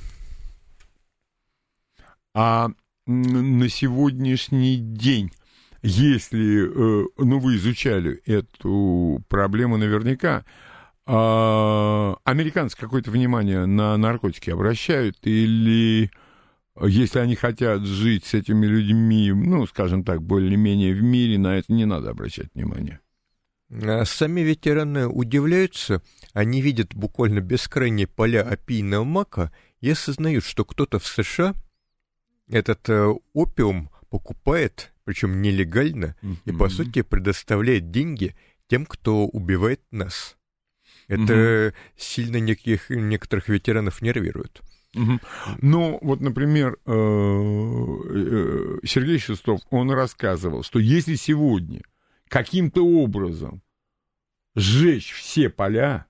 А на сегодняшний день, если, ну, вы изучали эту проблему наверняка, американцы какое-то внимание на наркотики обращают, или если они хотят жить с этими людьми, ну, скажем так, более-менее в мире, на это не надо обращать внимание? Сами ветераны удивляются, они видят буквально бескрайние поля опийного мака и осознают, что кто-то в США этот опиум покупает, причем нелегально, mm-hmm. и, по сути, предоставляет деньги тем, кто убивает нас. Это mm-hmm. сильно неких, некоторых ветеранов нервирует. Mm-hmm. Ну, вот, например, Сергей Шестов, он рассказывал, что если сегодня каким-то образом сжечь все поля,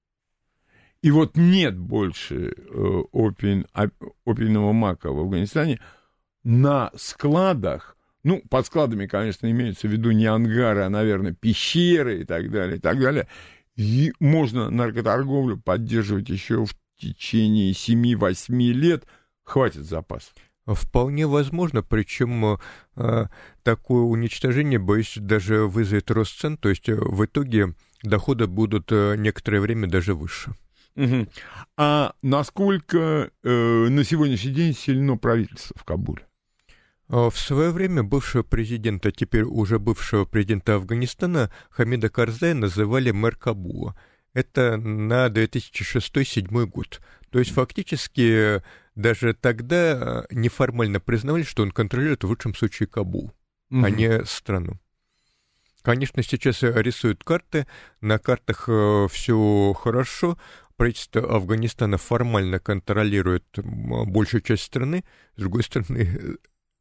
и вот нет больше опий, опийного мака в Афганистане, на складах, ну, под складами, конечно, имеются в виду не ангары, а, наверное, пещеры и так далее, и так далее, и можно наркоторговлю поддерживать еще в течение семи-восьми лет, хватит запасов. Вполне возможно, причем э, такое уничтожение, боюсь, даже вызовет рост цен, то есть в итоге доходы будут э, некоторое время даже выше. Угу. А насколько э, на сегодняшний день сильно правительство в Кабуле? В свое время бывшего президента, теперь уже бывшего президента Афганистана Хамида Карзая называли мэр Кабула. Это на две тысячи шестой — две тысячи седьмой год. То есть фактически даже тогда неформально признавали, что он контролирует в лучшем случае Кабул, угу. а не страну. Конечно, сейчас рисуют карты, на картах все хорошо, правительство Афганистана формально контролирует большую часть страны, с другой стороны,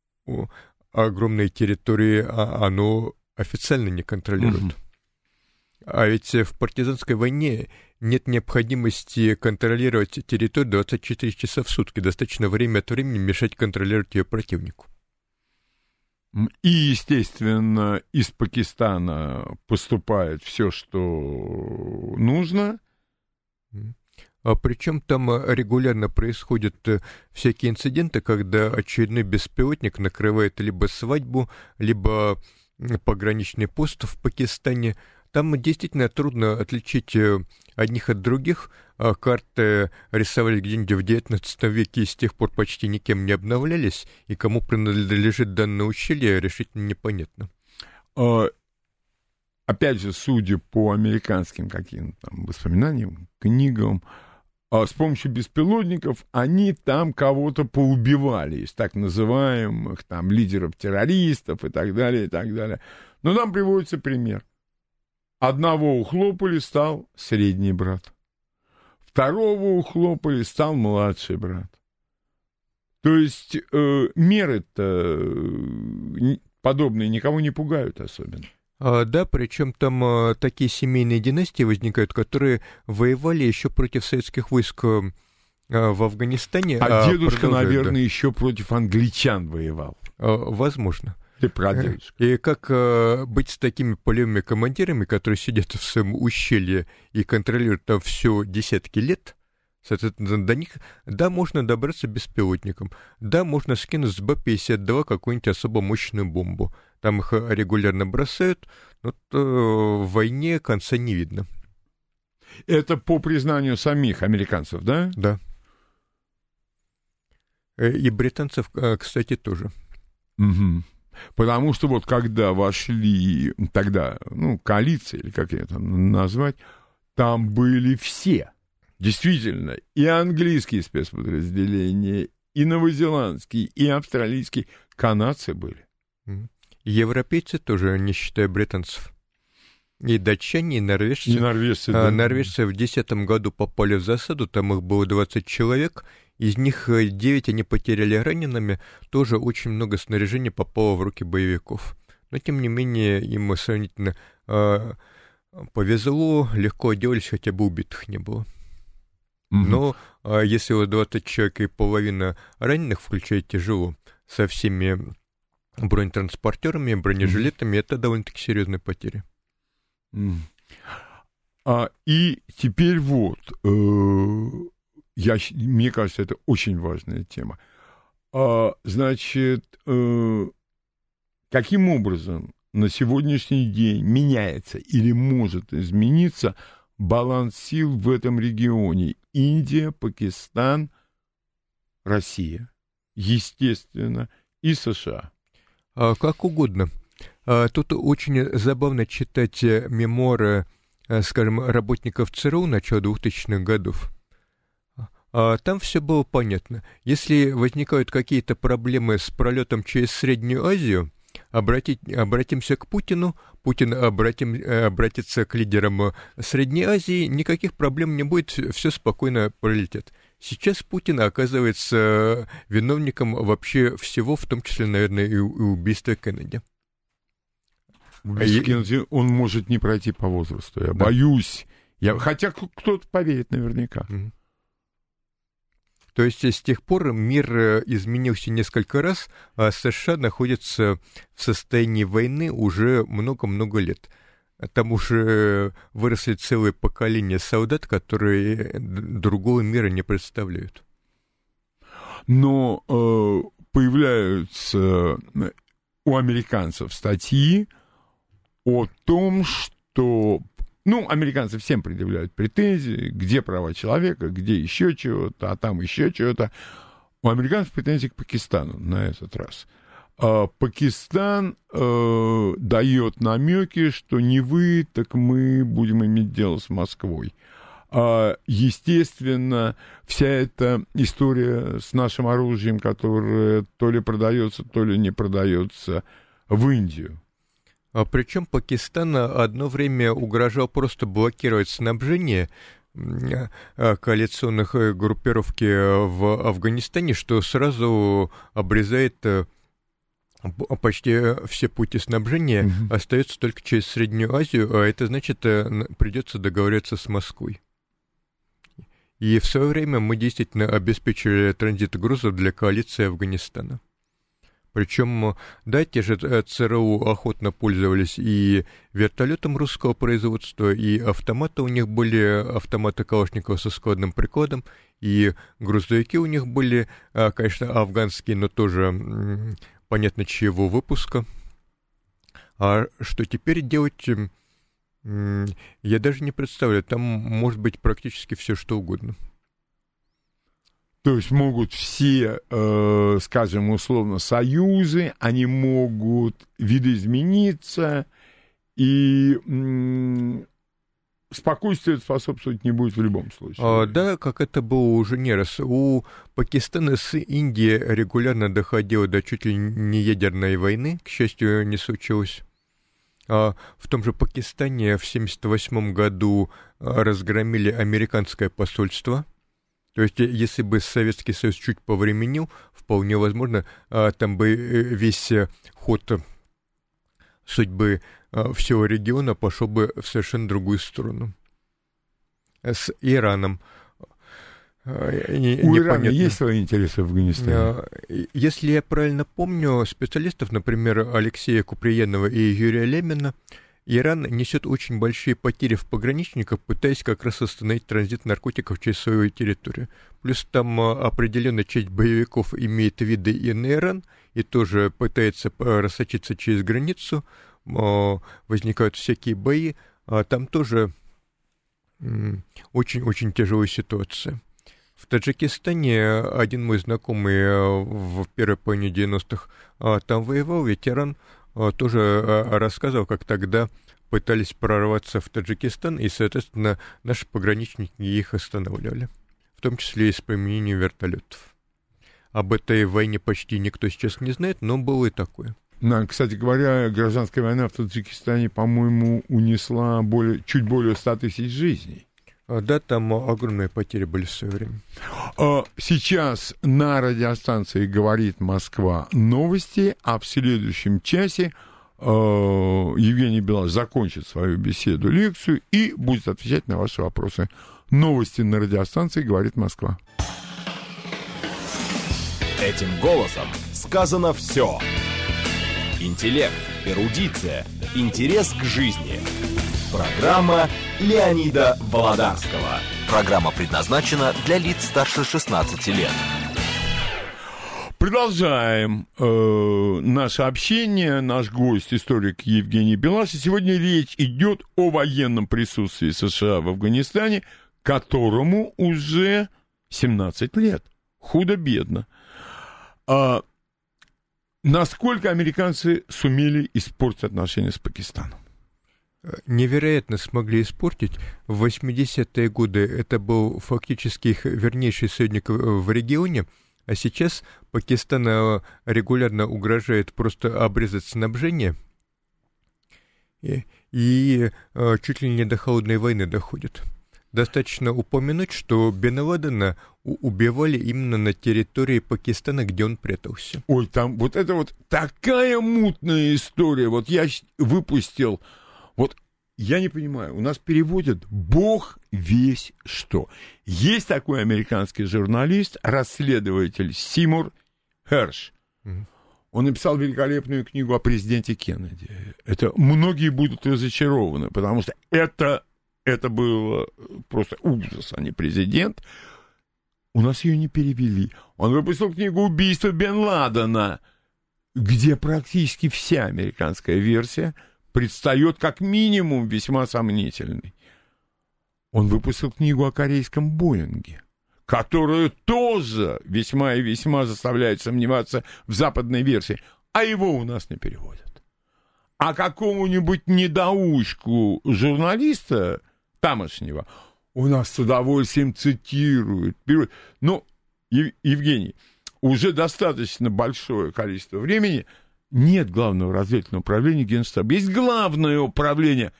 огромные территории оно официально не контролирует. Угу. А ведь в партизанской войне нет необходимости контролировать территорию двадцать четыре часа в сутки. Достаточно время от времени мешать контролировать ее противнику. И, естественно, из Пакистана поступает все, что нужно. А причем там регулярно происходят всякие инциденты, когда очередной беспилотник накрывает либо свадьбу, либо пограничный пост в Пакистане. Там действительно трудно отличить одних от других. Карты рисовали где-нибудь в девятнадцатом веке и с тех пор почти никем не обновлялись, и кому принадлежит данное ущелье, решительно непонятно. Опять же, судя по американским каким-то там воспоминаниям, книгам, с помощью беспилотников они там кого-то поубивали из так называемых там лидеров-террористов и так далее, и так далее. Но там приводится пример. Одного ухлопали, стал средний брат. Второго ухлопали, стал младший брат. То есть э, меры-то э, подобные никого не пугают особенно. А, да, причем там а, такие семейные династии возникают, которые воевали еще против советских войск а, в Афганистане. А, а дедушка, наверное, да. еще против англичан воевал. А, возможно. Ты прадедушка. И как а, быть с такими полевыми командирами, которые сидят в своем ущелье и контролируют там все десятки лет? Соответственно, до них, да, можно добраться беспилотником, да, можно скинуть с Бэ пятьдесят два какую-нибудь особо мощную бомбу. Там их регулярно бросают, но в войне конца не видно. Это по признанию самих американцев, да? Да. И британцев, кстати, тоже. Угу. Потому что вот когда вошли тогда, ну, коалиция, или как это назвать, там были все. Действительно, и английские спецподразделения, и новозеландские, и австралийские, канадцы были. Европейцы тоже, не считая британцев. И датчане, и норвежцы. И норвежцы, да. А, норвежцы в две тысячи десятом году попали в засаду, там их было двадцать человек, из них девять они потеряли ранеными, тоже очень много снаряжения попало в руки боевиков. Но, тем не менее, им сравнительно а, повезло, легко отделались, хотя бы убитых не было. Mm-hmm. Но а, если у двадцати человек и половина раненых, включая тяжело, со всеми бронетранспортерами, бронежилетами, mm-hmm. это довольно-таки серьезные потери. Mm-hmm. А, и теперь вот, э, я, мне кажется, это очень важная тема. А, значит, э, каким образом на сегодняшний день меняется или может измениться баланс сил в этом регионе? Индия, Пакистан, Россия, естественно, и США. А, как угодно. Тут очень забавно читать мемуары, скажем, работников ЦРУ начала двухтысячных годов. Там все было понятно. Если возникают какие-то проблемы с пролетом через Среднюю Азию, обратить, обратимся к Путину, Путин обратим, обратится к лидерам Средней Азии, никаких проблем не будет, все спокойно пролетит. Сейчас Путин оказывается виновником вообще всего, в том числе, наверное, и убийства Кеннеди. Убийство Кеннеди он может не пройти по возрасту, я да. боюсь. Я... Хотя кто-то поверит наверняка. Mm-hmm. То есть с тех пор мир изменился несколько раз, а США находятся в состоянии войны уже много-много лет. Там уже выросли целые поколения солдат, которые другого мира не представляют. Но э, появляются у американцев статьи о том, что... Ну, американцы всем предъявляют претензии, где права человека, где еще чего-то, а там еще чего-то. У американцев претензии к Пакистану на этот раз. А Пакистан э, дает намеки, что не вы, так мы будем иметь дело с Москвой. А, естественно, вся эта история с нашим оружием, которое то ли продается, то ли не продается в Индию. А причем Пакистан одно время угрожал просто блокировать снабжение коалиционных группировки в Афганистане, что сразу обрезает почти все пути снабжения, mm-hmm. остается только через Среднюю Азию, а это значит, придется договариваться с Москвой. И в свое время мы действительно обеспечили транзит грузов для коалиции Афганистана. Причем, да, те же ЦРУ охотно пользовались и вертолетом русского производства, и автоматы у них были, автоматы Калашникова со складным прикладом, и грузовики у них были, конечно, афганские, но тоже понятно, чьего выпуска. А что теперь делать, я даже не представляю, там может быть практически все, что угодно. То есть могут все, э, скажем, условно, союзы, они могут видоизмениться, и м- спокойствию способствовать не будет в любом случае. А, да, как это было уже не раз. У Пакистана с Индией регулярно доходило до чуть ли не ядерной войны, к счастью, не случилось. А в том же Пакистане в семьдесят восьмом году разгромили американское посольство. То есть, если бы Советский Союз чуть повременил, вполне возможно, там бы весь ход судьбы всего региона пошел бы в совершенно другую сторону. С Ираном. У Ирана есть свои интересы в Афганистане? Если я правильно помню, специалистов, например, Алексея Куприянова и Юрия Лемина, Иран несет очень большие потери в пограничниках, пытаясь как раз остановить транзит наркотиков через свою территорию. Плюс там определенная часть боевиков имеет виды и на Иран, и тоже пытается просочиться через границу, возникают всякие бои, а там тоже очень-очень тяжелая ситуация. В Таджикистане один мой знакомый в первой половине девяностых там воевал, ветеран, тоже рассказывал, как тогда пытались прорваться в Таджикистан, и, соответственно, наши пограничники их останавливали, в том числе и с применением вертолетов. Об этой войне почти никто сейчас не знает, но было и такое. Да, кстати говоря, гражданская война в Таджикистане, по-моему, унесла более, чуть более ста тысяч жизней. Да, там огромные потери были в свое время. Сейчас на радиостанции «Говорит Москва» новости, а в следующем часе Евгений Белаш закончит свою беседу, лекцию и будет отвечать на ваши вопросы. Новости на радиостанции «Говорит Москва». Этим голосом сказано все. Интеллект, эрудиция, интерес к жизни. Программа Леонида Володарского. Программа предназначена для лиц старше шестнадцати лет. Продолжаем э, наше общение. Наш гость, историк Евгений Белаш. И сегодня речь идет о военном присутствии США в Афганистане, которому уже семнадцать лет. Худо-бедно. А, насколько американцы сумели испортить отношения с Пакистаном? Невероятно смогли испортить. В восьмидесятые годы это был фактически их вернейший союзник в регионе, а сейчас Пакистан регулярно угрожает просто обрезать снабжение, и, и чуть ли не до холодной войны доходит. Достаточно упомянуть, что Бен Ладена убивали именно на территории Пакистана, где он прятался. Ой, там вот это вот такая мутная история. Вот я выпустил... Вот я не понимаю, у нас переводят «бог весь что». Есть такой американский журналист, расследователь Симур Херш. Mm-hmm. Он написал великолепную книгу о президенте Кеннеди. Это многие будут разочарованы, потому что это, это было просто ужас, а не президент. У нас ее не перевели. Он выпустил книгу «Убийство Бен Ладена», где практически вся американская версия предстает как минимум весьма сомнительной. Он выпустил книгу о корейском Боинге, которая тоже весьма и весьма заставляет сомневаться в западной версии, а его у нас не переводят. А какому-нибудь недоучку журналиста тамошнего у нас с удовольствием цитируют. Но, Евгений, уже достаточно большое количество времени нет главного разведывательного управления Генштаба. Есть главное управление.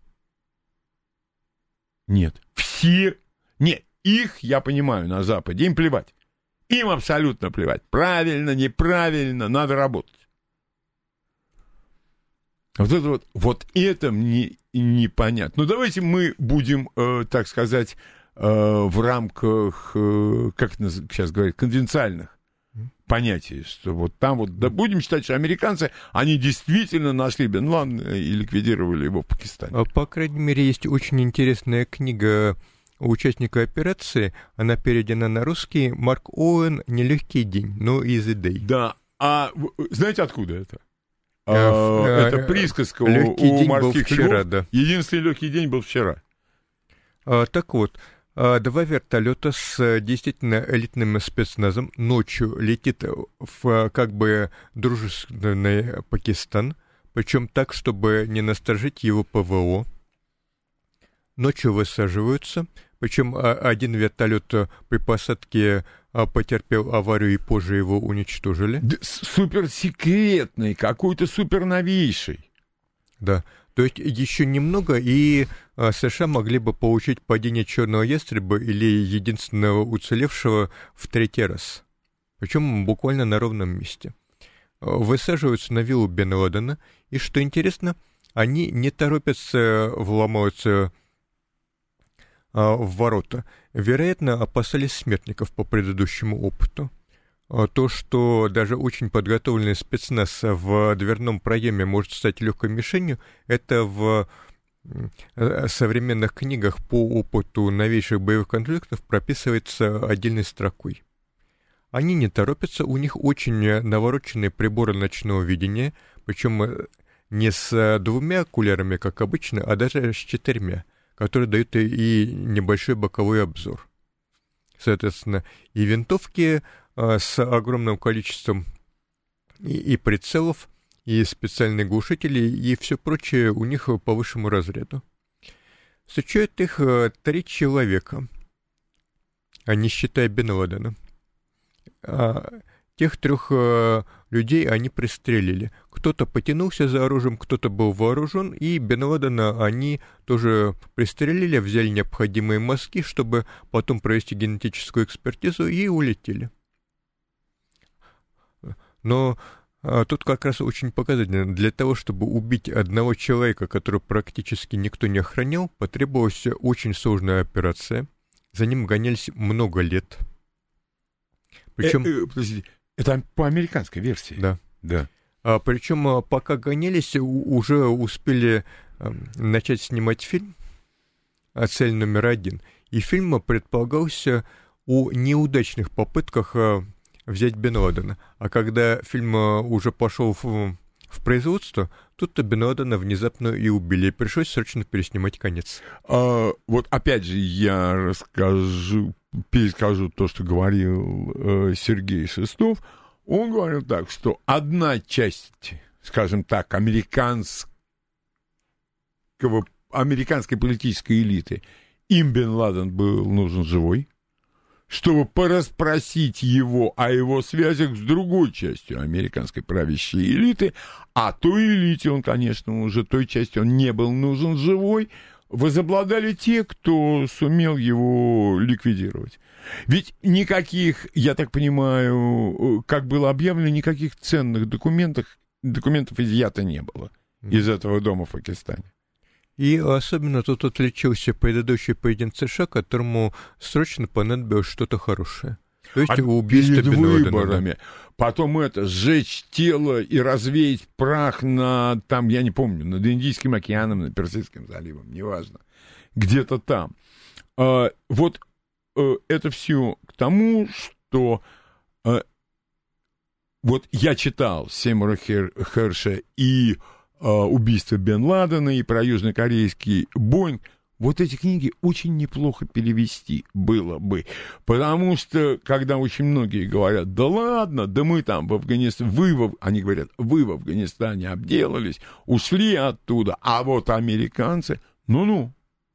Нет. Все. Нет. Их, я понимаю, на Западе. Им плевать. Им абсолютно плевать. Правильно, неправильно. Надо работать. Вот это вот, вот это мне непонятно. Ну, давайте мы будем, э, так сказать, э, в рамках, э, как это сейчас говорят, конвенциальных понятий, что вот там вот, да, будем считать, что американцы, они действительно нашли Бен Ладена и ликвидировали его в Пакистане. По крайней мере, есть очень интересная книга участника операции, она переведена на русский, Марк Оуэн «Нелегкий день», но easy day. Да, а знаете, откуда это? А, а, это присказка у, у морских вчера, львов. Да. Единственный легкий день был вчера. А, так вот, два вертолета с действительно элитным спецназом ночью летит в как бы дружественный Пакистан, причем так, чтобы не насторожить его ПВО. Ночью высаживаются, причем один вертолет при посадке потерпел аварию и позже его уничтожили. Да, суперсекретный, какой-то суперновейший. Да. То есть еще немного, и а, США могли бы получить падение черного ястреба или единственного уцелевшего в третий раз. Причем буквально на ровном месте. Высаживаются на виллу Бен Ладена, и, что интересно, они не торопятся вламываться а, в ворота. Вероятно, опасались смертников по предыдущему опыту. То, что даже очень подготовленный спецназ в дверном проеме может стать легкой мишенью, это в современных книгах по опыту новейших боевых конфликтов прописывается отдельной строкой. Они не торопятся, у них очень навороченные приборы ночного видения, причем не с двумя окулярами, как обычно, а даже с четырьмя, которые дают и небольшой боковой обзор. Соответственно, и винтовки с огромным количеством и, и прицелов, и специальных глушителей, и все прочее у них по высшему разряду. Встречают их три человека, а не считая Бен Ладена. А тех трех людей они пристрелили. Кто-то потянулся за оружием, кто-то был вооружен, и Бен Ладена они тоже пристрелили, взяли необходимые мазки, чтобы потом провести генетическую экспертизу, и улетели. Но а, тут как раз очень показательно. Для того, чтобы убить одного человека, которого практически никто не охранял, потребовалась очень сложная операция. За ним гонялись много лет. Причем... Э, э, подождите, это по американской версии? Да. Да. А, причем пока гонялись, у, уже успели а, начать снимать фильм «Цель номер один». И фильм предполагался о неудачных попытках а, взять Бен Ладена. А когда фильм уже пошел в, в производство, тут-то Бен Ладена внезапно и убили. И пришлось срочно переснимать конец. А, вот опять же я расскажу, перескажу то, что говорил э, Сергей Шестов. Он говорил так, что одна часть, скажем так, американского, американской политической элиты, им Бен Ладен был нужен живой, чтобы порасспросить его о его связях с другой частью американской правящей элиты, а той элите он, конечно, уже той части он не был нужен живой, возобладали те, кто сумел его ликвидировать. Ведь никаких, я так понимаю, как было объявлено, никаких ценных документов, документов изъято не было из этого дома в Пакистане. И особенно тут отличился предыдущий президент США, которому срочно понадобилось что-то хорошее. То есть а убийство перед Бен Ладена, выборами, да. Потом это, сжечь тело и развеять прах на, там, я не помню, над Индийским океаном, над Персидским заливом, неважно, где-то там. А, вот а, это все к тому, что а, вот я читал Сеймура Херша и убийство Бен Ладена и про южнокорейский Боинг, вот эти книги очень неплохо перевести было бы, потому что, когда очень многие говорят, да ладно, да мы там в Афганистане, вы, в... они говорят, вы в Афганистане обделались, ушли оттуда, а вот американцы, ну-ну.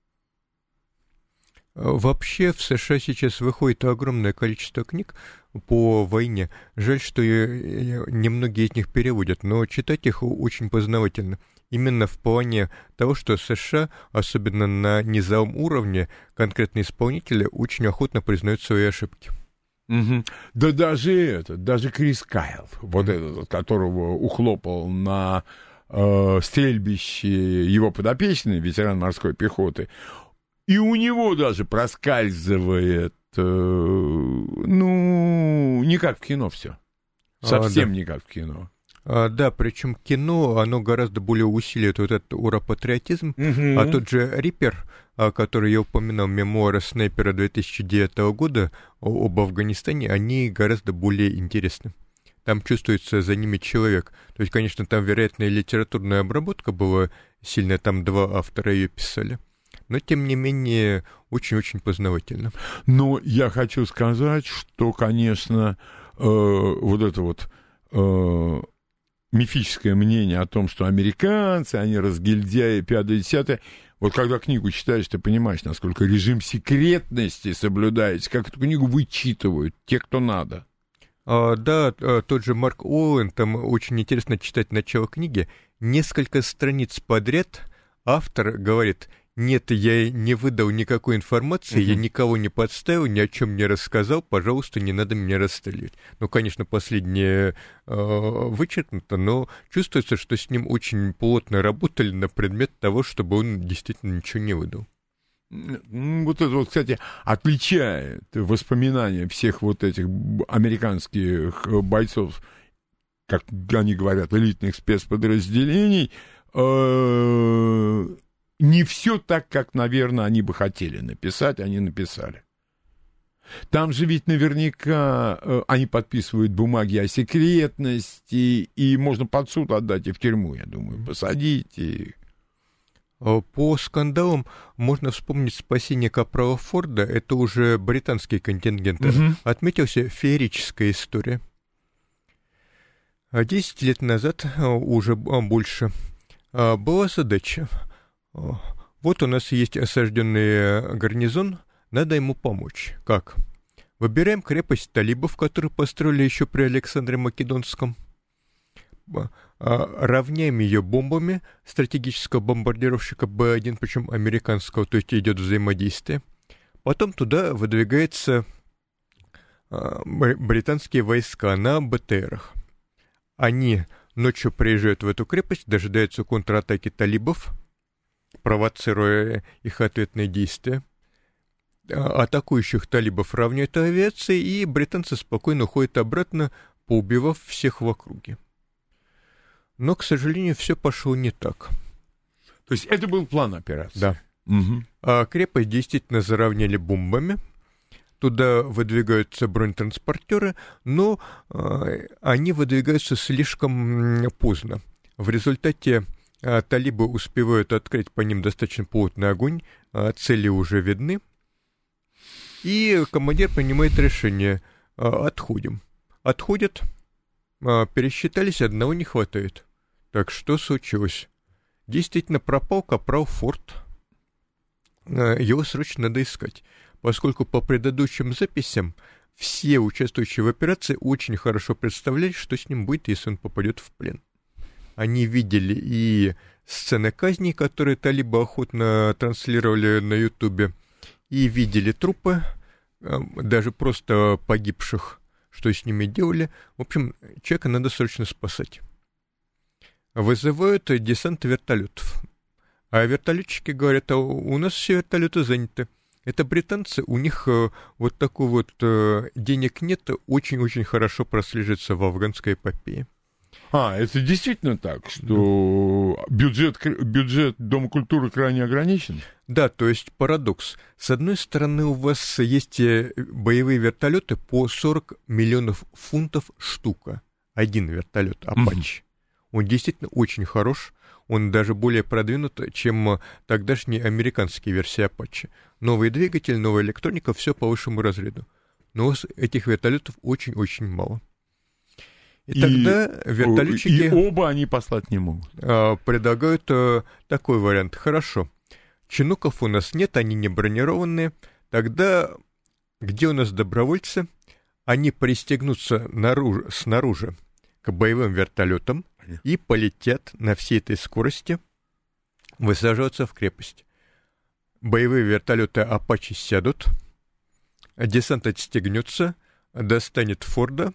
Вообще в США сейчас выходит огромное количество книг по войне. Жаль, что немногие из них переводят, но читать их очень познавательно. Именно в плане того, что США, особенно на низовом уровне, конкретные исполнители очень охотно признают свои ошибки. Угу. Да даже это, даже Крис Кайл, вот mm-hmm. этот, которого ухлопал на э, стрельбище его подопечный, ветеран морской пехоты, и у него даже проскальзывает, э, ну, не как в кино все. Совсем а, да. не как в кино. А, да, причем кино, оно гораздо более усиливает вот этот ура-патриотизм. Угу. А тот же «Риппер», который я упоминал, мемуары снайпера две тысячи девятого года об Афганистане, они гораздо более интересны. Там чувствуется за ними человек. То есть, конечно, там, вероятно, и литературная обработка была сильная, там два автора ее писали. Но, тем не менее, очень-очень познавательно. Но я хочу сказать, что, конечно, э, вот это вот э, мифическое мнение о том, что американцы, они разгильдяи, пятое-десятое, вот когда книгу читаешь, ты понимаешь, насколько режим секретности соблюдается, как эту книгу вычитывают те, кто надо. А, да, тот же Марк Уоллен, там очень интересно читать начало книги. Несколько страниц подряд автор говорит: нет, я не выдал никакой информации, uh-huh. я никого не подставил, ни о чем не рассказал, пожалуйста, не надо меня расстреливать. Ну, конечно, последнее э, вычеркнуто, но чувствуется, что с ним очень плотно работали на предмет того, чтобы он действительно ничего не выдал. Вот это вот, кстати, отличает воспоминания всех вот этих американских бойцов, как они говорят, элитных спецподразделений, э- не все так, как, наверное, они бы хотели написать, они написали. Там же ведь наверняка э, они подписывают бумаги о секретности, и можно под суд отдать и в тюрьму, я думаю, посадить. И... По скандалам можно вспомнить спасение капрала Форда, это уже британский контингент. Угу. Отметился феерическая история. Десять лет назад, уже больше, была задача. Вот у нас есть осажденный гарнизон, надо ему помочь. Как? Выбираем крепость талибов, которую построили еще при Александре Македонском. Равняем ее бомбами стратегического бомбардировщика Бэ один, причем американского, то есть идет взаимодействие. Потом туда выдвигаются британские войска на бэ тэ эрах. Они ночью приезжают в эту крепость, дожидаются контратаки талибов, провоцируя их ответные действия. Атакующих талибов равняют авиацией, и британцы спокойно уходят обратно, поубивав всех в округе. Но, к сожалению, все пошло не так. То есть это был план операции? Да. Угу. А крепость действительно заровняли бомбами. Туда выдвигаются бронетранспортеры, но а, они выдвигаются слишком поздно. В результате а, талибы успевают открыть по ним достаточно плотный огонь, а, цели уже видны, и командир принимает решение: а, отходим. Отходят, Пересчитались, одного не хватает. Так что случилось? Действительно пропал капрал Форд. Его срочно надо искать, поскольку по предыдущим записям все участвующие в операции очень хорошо представляли, что с ним будет, если он попадет в плен. Они видели и сцены казни, которые талибы охотно транслировали на Ютубе, и видели трупы, даже просто погибших, что с ними делали. В общем, человека надо срочно спасать. Вызывают десант вертолетов. А вертолетчики говорят, а у нас все вертолеты заняты. Это британцы, у них вот такой вот денег нет, очень-очень хорошо прослеживается в афганской эпопее. А, это действительно так, что бюджет, бюджет Дома культуры крайне ограничен? Да, то есть парадокс. С одной стороны, у вас есть боевые вертолеты по сорок миллионов фунтов штука. Один вертолет Apache. Он действительно очень хорош. Он даже более продвинут, чем тогдашние американские версии Apache. Новый двигатель, новая электроника, все по высшему разряду. Но этих вертолетов очень-очень мало. И, и тогда вертолетчики... И оба они послать не могут. Предлагают такой вариант. Хорошо, чинуков у нас нет, они не бронированные. Тогда где у нас добровольцы? Они пристегнутся наружу, снаружи к боевым вертолетам и полетят на всей этой скорости, высаживаться в крепость. Боевые вертолеты Apache сядут, десант отстегнется, достанет Форда,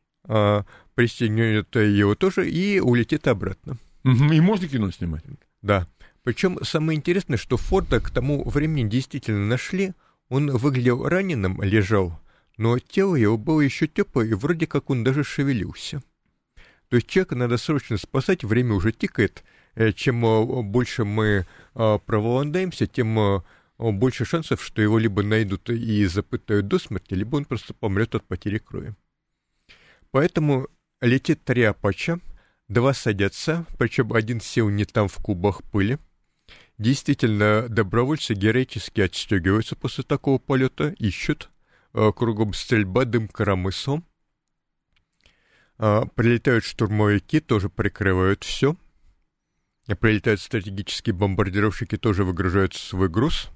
пристегнет его тоже и улетит обратно. И можно кино снимать? Да. Причем самое интересное, что Форда к тому времени действительно нашли. Он выглядел раненым, лежал, но тело его было еще теплое, и вроде как он даже шевелился. То есть человека надо срочно спасать, время уже тикает. Чем больше мы проволандаемся, тем больше шансов, что его либо найдут и запытают до смерти, либо он просто помрет от потери крови. Поэтому летит три Apache, два садятся, причем один сел не там в клубах пыли. Действительно, добровольцы героически отстегиваются после такого полета, ищут. Кругом стрельба, дым коромыслом. Прилетают штурмовики, тоже прикрывают все. Прилетают стратегические бомбардировщики, тоже выгружают свой груз.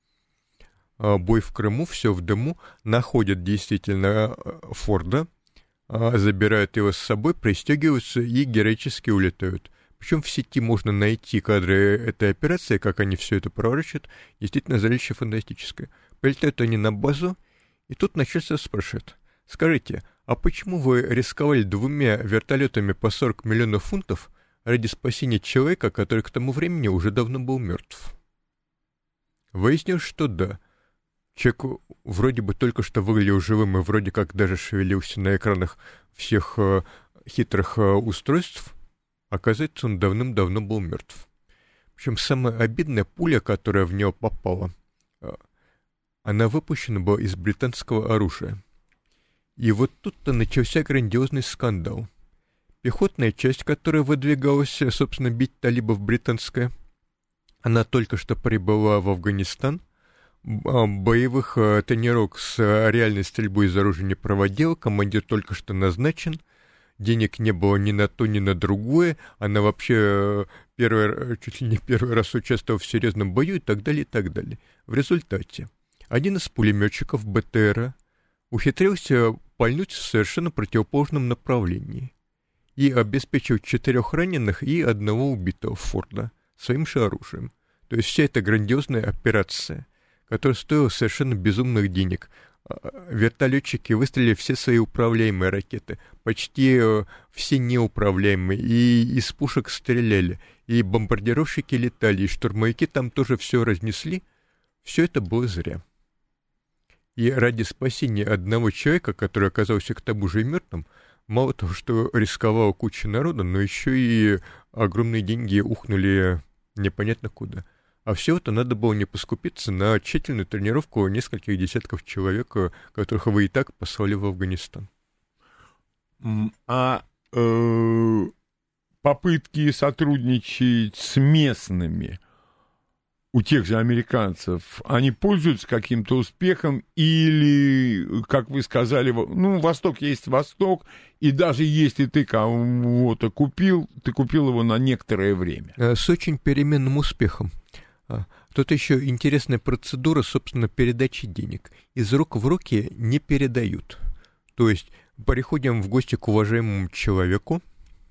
Бой в Крыму, все в дыму. Находят действительно Форда, забирают его с собой, пристегиваются и героически улетают. Причем в сети можно найти кадры этой операции, как они все это проворачивают. Действительно, зрелище фантастическое. Прилетают они на базу, и тут начальство спрашивает: скажите, а почему вы рисковали двумя вертолетами по сорок миллионов фунтов ради спасения человека, который к тому времени уже давно был мертв? Выяснилось, что да. Человек вроде бы только что выглядел живым и вроде как даже шевелился на экранах всех э, хитрых э, устройств. Оказывается, он давным-давно был мертв. Причем самая обидная пуля, которая в него попала, э, она выпущена была из британского оружия. И вот тут-то начался грандиозный скандал. Пехотная часть, которая выдвигалась, собственно, бить талибов, британская, она только что прибыла в Афганистан, боевых тренировок с реальной стрельбой из оружия не проводила, командир только что назначен, денег не было ни на то, ни на другое, она вообще первый, чуть ли не первый раз участвовала в серьезном бою и так далее, и так далее. В результате один из пулеметчиков БТРа ухитрился пальнуть в совершенно противоположном направлении и обеспечил четырех раненых и одного убитого Форда своим же оружием. То есть вся эта грандиозная операция, которая стоила совершенно безумных денег. Вертолетчики выстрелили все свои управляемые ракеты, почти все неуправляемые, и из пушек стреляли, и бомбардировщики летали, и штурмовики там тоже все разнесли. Все это было зря. И ради спасения одного человека, который оказался к тому же и мертвым, мало того, что рисковала куча народа, но еще и огромные деньги ухнули непонятно куда. А всего-то надо было не поскупиться на тщательную тренировку нескольких десятков человек, которых вы и так послали в Афганистан. А э, попытки сотрудничать с местными, у тех же американцев, они пользуются каким-то успехом или, как вы сказали, ну, Восток есть Восток, и даже если ты кого-то купил, ты купил его на некоторое время. С очень переменным успехом. Тут еще интересная процедура, собственно, передачи денег. Из рук в руки не передают. То есть приходим в гости к уважаемому человеку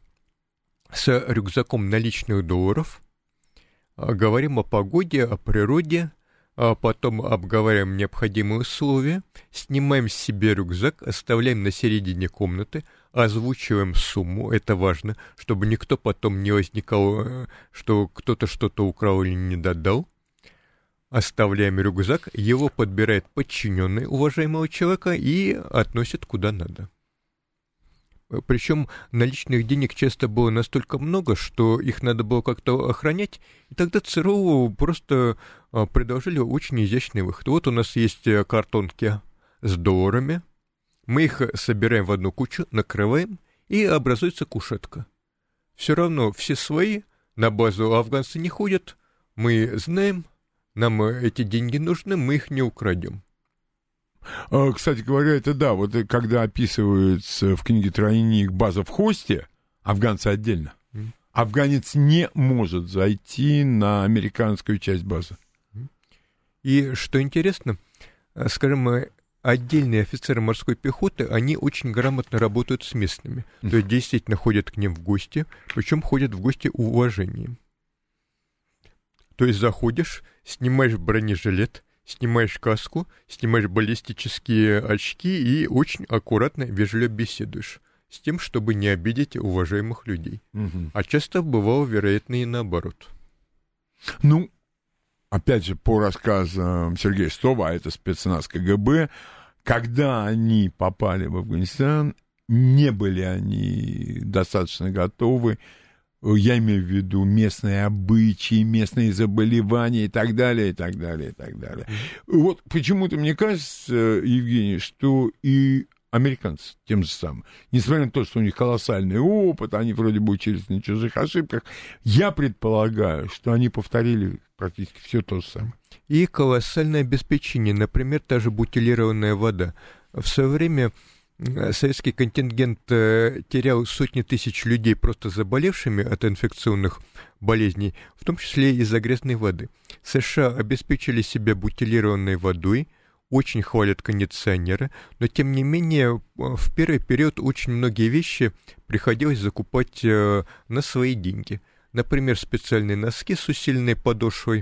с рюкзаком наличных долларов, говорим о погоде, о природе, а потом обговариваем необходимые условия, снимаем с себя рюкзак, оставляем на середине комнаты, озвучиваем сумму, это важно, чтобы никто потом не возникал, что кто-то что-то украл или не додал. Оставляем рюкзак, его подбирает подчиненный уважаемого человека и относит куда надо. Причем наличных денег часто было настолько много, что их надо было как-то охранять, и тогда ЦРУ просто предложили очень изящный выход. Вот у нас есть картонки с долларами, мы их собираем в одну кучу, накрываем, и образуется кушетка. Все равно все свои, на базу афганцы не ходят, мы знаем, нам эти деньги нужны, мы их не украдем. Кстати говоря, это да, вот когда описывается в книге «Тройник» база в Хосте, афганцы отдельно. Mm. Афганец не может зайти на американскую часть базы. И что интересно, скажем, отдельные офицеры морской пехоты, они очень грамотно работают с местными. Mm. То есть действительно ходят к ним в гости, причем ходят в гости уважением. То есть заходишь, снимаешь бронежилет, снимаешь каску, снимаешь баллистические очки и очень аккуратно, вежливо беседуешь с тем, чтобы не обидеть уважаемых людей. Угу. А часто бывало, вероятно, и наоборот. Ну, опять же, по рассказам Сергея Стова, а это спецназ КГБ, когда они попали в Афганистан, не были они достаточно готовы. Я имею в виду местные обычаи, местные заболевания и так далее, и так далее, и так далее. Mm-hmm. Вот почему-то мне кажется, Евгений, что и американцы тем же самым, несмотря на то, что у них колоссальный опыт, они вроде бы учились на чужих ошибках, я предполагаю, что они повторили практически все то же самое. И колоссальное обеспечение, например, та же бутилированная вода. В свое время советский контингент э, терял сотни тысяч людей, просто заболевшими от инфекционных болезней, в том числе из-за грязной воды. США обеспечили себя бутилированной водой, очень хвалят кондиционеры, но тем не менее в первый период очень многие вещи приходилось закупать э, на свои деньги. Например, специальные носки с усиленной подошвой,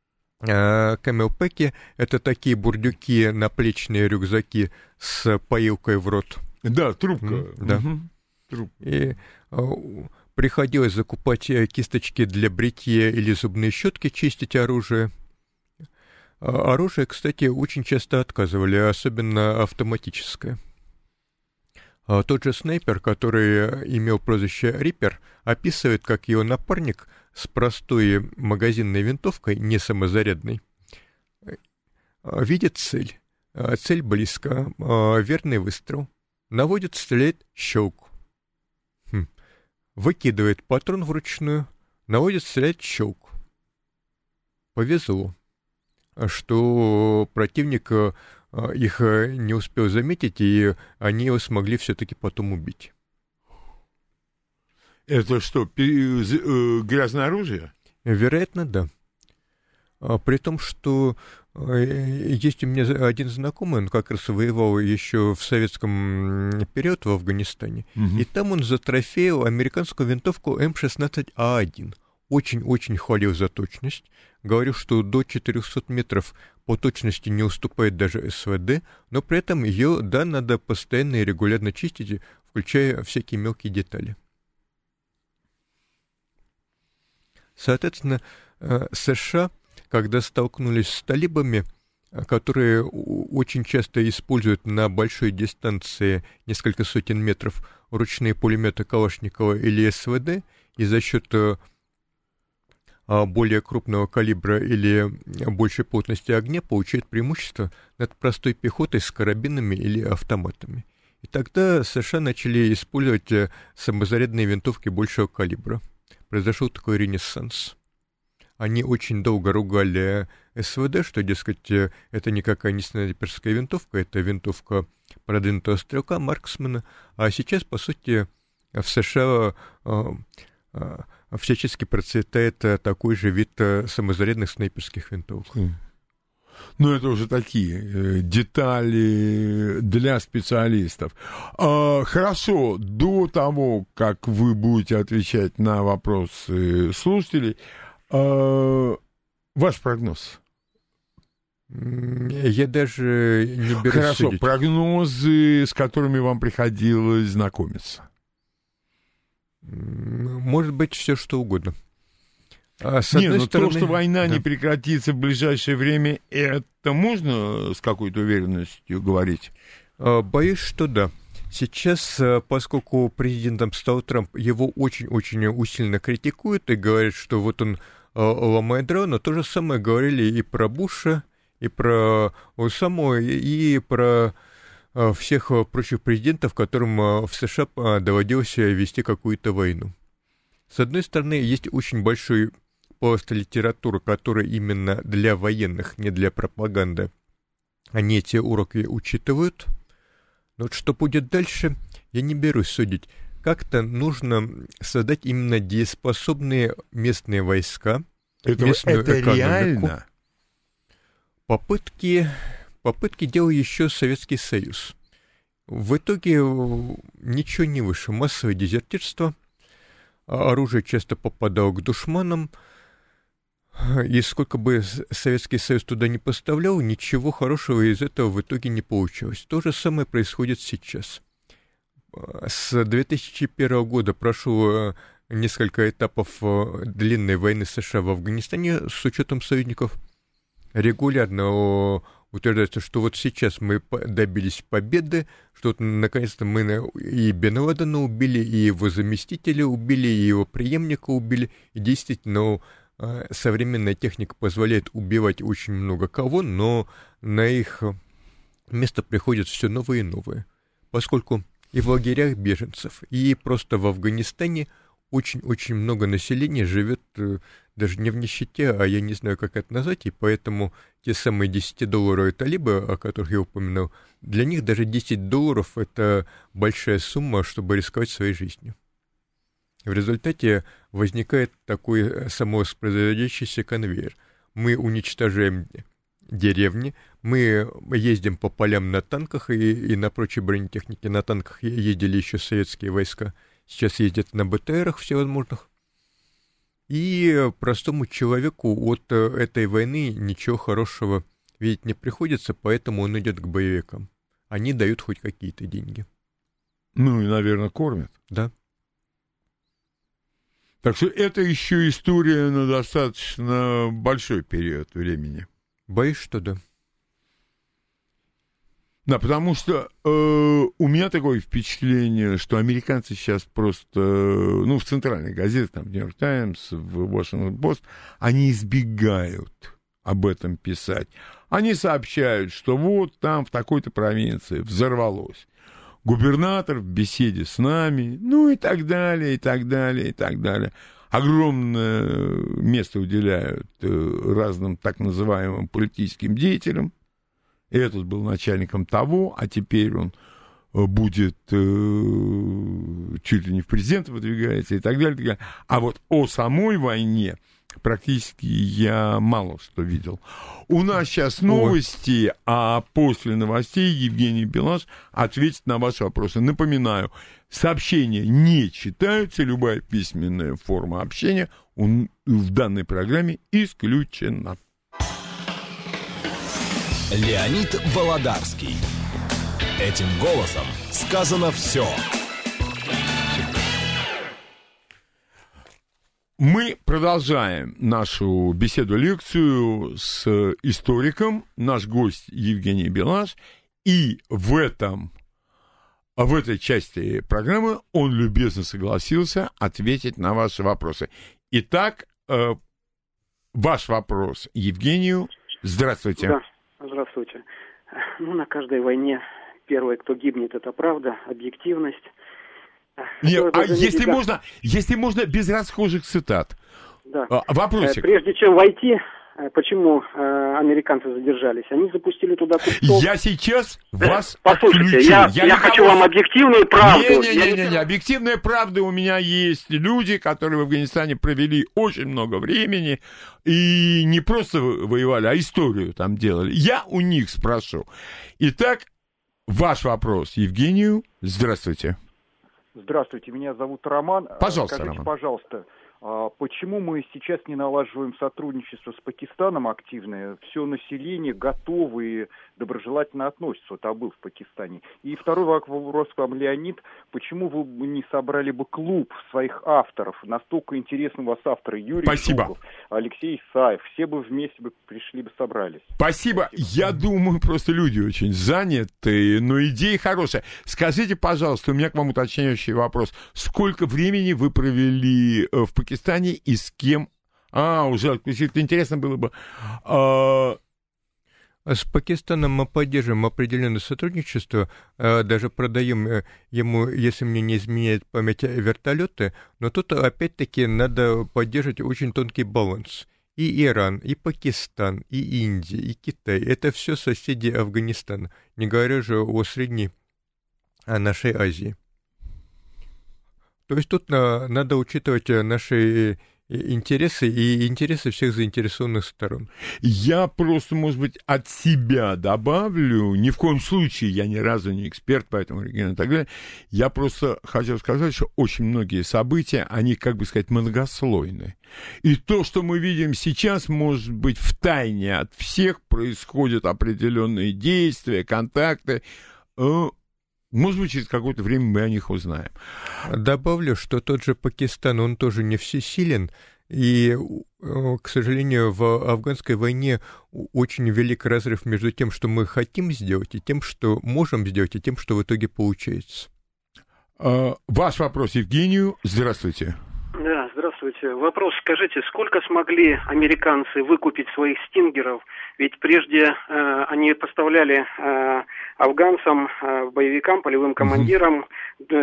камелпеки — это такие бурдюки, наплечные рюкзаки с поилкой в рот. Да, трубка. Mm, да. Угу. Трубка. И а, приходилось закупать кисточки для бритья или зубные щетки, чистить оружие. А, оружие, кстати, очень часто отказывали, особенно автоматическое. А, тот же снайпер, который имел прозвище Риппер, описывает, как его напарник с простой магазинной винтовкой, не самозарядной, видит цель. Цель близко, верный выстрел. Наводит, стреляет, щелк. Хм. Выкидывает патрон вручную, наводит, стреляет, щелк. Повезло, что противник их не успел заметить, и они его смогли все-таки потом убить. Это что, грязное оружие? Вероятно, да. При том, что есть у меня один знакомый, он как раз воевал еще в советском период в Афганистане, угу. И там он затрофеил американскую винтовку эм шестнадцать а один. Очень-очень хвалил за точность. Говорил, что до четырехсот метров по точности не уступает даже эс вэ дэ, но при этом ее, да, надо постоянно и регулярно чистить, включая всякие мелкие детали. Соответственно, США, когда столкнулись с талибами, которые очень часто используют на большой дистанции, несколько сотен метров, ручные пулеметы Калашникова или эс вэ дэ, и за счет более крупного калибра или большей плотности огня получают преимущество над простой пехотой с карабинами или автоматами. И тогда США начали использовать самозарядные винтовки большего калибра. Произошел такой ренессанс. они очень долго ругали СВД, что, дескать, это никакая не снайперская винтовка, это винтовка продвинутого стрелка Марксмана. А сейчас, по сути, в США а, а, всячески процветает такой же вид самозарядных снайперских винтовок. Ну, это уже такие э, детали для специалистов. Э, хорошо, до того, как вы будете отвечать на вопросы слушателей, э, ваш прогноз? Я даже не берусь Хорошо, судить. прогнозы, с которыми вам приходилось знакомиться. Может быть, все что угодно. А с Не, одной но стороны, то, что война да. не прекратится в ближайшее время, это можно с какой-то уверенностью говорить? Боюсь, что да. Сейчас, поскольку президентом стал Трамп, его очень-очень усиленно критикуют и говорят, что вот он ломает дрова, но то же самое говорили и про Буша, и про Осаму, и про всех прочих президентов, которым в США доводилось вести какую-то войну. С одной стороны, есть очень большой пласт литературы, которая именно для военных, не для пропаганды. Они эти уроки учитывают. Но вот что будет дальше, я не берусь судить. Как-то нужно создать именно дееспособные местные войска, Это, местную это экономику. реально? Попытки, попытки делал еще Советский Союз. В итоге ничего не вышло. Массовое дезертирство. Оружие часто попадало к душманам, и сколько бы Советский Союз туда не поставлял, ничего хорошего из этого в итоге не получилось. То же самое происходит сейчас. С две тысячи первого года прошло несколько этапов длинной войны США в Афганистане с учетом союзников. Регулярно утверждается, что вот сейчас мы добились победы, что вот наконец-то мы и Бен Ладена убили, и его заместителя убили, и его преемника убили. И действительно, современная техника позволяет убивать очень много кого, но на их место приходят все новые и новые. Поскольку и в лагерях беженцев, и просто в Афганистане очень-очень много населения живет даже не в нищете, а я не знаю, как это назвать, и поэтому те самые десятидолларовые талибы, о которых я упоминал, для них даже десять долларов — это большая сумма, чтобы рисковать своей жизнью. В результате возникает такой самовоспроизводящийся конвейер. Мы уничтожаем деревни, мы ездим по полям на танках и, и на прочей бронетехнике. На танках ездили еще советские войска, сейчас ездят на БТРах всевозможных. И простому человеку от этой войны ничего хорошего видеть не приходится, поэтому он идет к боевикам. Они дают хоть какие-то деньги. Ну и, наверное, кормят. Да. Так что это еще история на достаточно большой период времени. Боюсь, что да. Да, потому что э, у меня такое впечатление, что американцы сейчас просто, э, ну, в центральных газетах, там, в Нью-Йорк Таймс, в Вашингтон Пост, они избегают об этом писать. Они сообщают, что вот там в такой-то провинции взорвалось. Губернатор в беседе с нами, ну и так далее, и так далее, и так далее. Огромное место уделяют э, разным так называемым политическим деятелям. Этот был начальником того, а теперь он будет э, чуть ли не в президенты выдвигается и так далее, и так далее. А вот о самой войне практически я мало что видел. У нас сейчас новости, а после новостей Евгений Белаш ответит на ваши вопросы. Напоминаю, сообщения не читаются, любая письменная форма общения в данной программе исключена. Леонид Володарский. Этим голосом сказано все. Мы продолжаем нашу беседу-лекцию с историком, наш гость Евгений Белаш, и в этом, в этой части программы он любезно согласился ответить на ваши вопросы. Итак, э, ваш вопрос Евгению. Здравствуйте. Да. Здравствуйте. Ну, на каждой войне первое, кто гибнет, это правда, объективность. Нет, а заметить, если как... можно, если можно без расхожих цитат. Да. А, вопросик. Прежде чем войти, почему э, американцы задержались? Они запустили туда купцов. Я сейчас вас Послушайте, отключу. я, я я хочу вам объективную правду. Не-не-не, я... объективная правда у меня есть. Люди, которые в Афганистане провели очень много времени и не просто воевали, а историю там делали. Я у них спрошу. Итак, ваш вопрос Евгению. Здравствуйте. Здравствуйте, меня зовут Роман. Пожалуйста, Скажите, Роман. пожалуйста, почему мы сейчас не налаживаем сотрудничество с Пакистаном активное? Все население готово и доброжелательно относится. Вот я был в Пакистане. И второй вопрос к вам, Леонид. Почему вы не собрали бы клуб своих авторов? Настолько интересны у вас авторы. Юрий Спасибо. Шухов, Алексей Исаев. Все бы вместе бы пришли бы, собрались. Спасибо. Спасибо. Я думаю, просто люди очень заняты, но идея хорошая. Скажите, пожалуйста, у меня к вам уточняющий вопрос. Сколько времени вы провели в Пакистане? Пакистане и с кем? А, уже это интересно было бы. А... С Пакистаном мы поддерживаем определенное сотрудничество, даже продаем ему, если мне не изменяет память, вертолеты, но тут опять-таки надо поддерживать очень тонкий баланс. И Иран, и Пакистан, и Индия, и Китай — это все соседи Афганистана, не говоря же о Средней, о нашей Азии. То есть тут на, надо учитывать наши интересы и интересы всех заинтересованных сторон. Я просто, может быть, от себя добавлю, ни в коем случае я ни разу не эксперт по этому региону и так далее, я просто хочу сказать, что очень многие события, они, как бы сказать, многослойны. И то, что мы видим сейчас, может быть, втайне от всех происходят определенные действия, контакты. Может быть, через какое-то время мы о них узнаем. Добавлю, что тот же Пакистан, он тоже не всесилен, и, к сожалению, в афганской войне очень велик разрыв между тем, что мы хотим сделать, и тем, что можем сделать, и тем, что в итоге получается. А, ваш вопрос Евгению. Здравствуйте. Да, здравствуйте. Вопрос, скажите, сколько смогли американцы выкупить своих стингеров? Ведь прежде э, они поставляли э, афганцам, э, боевикам, полевым командирам э,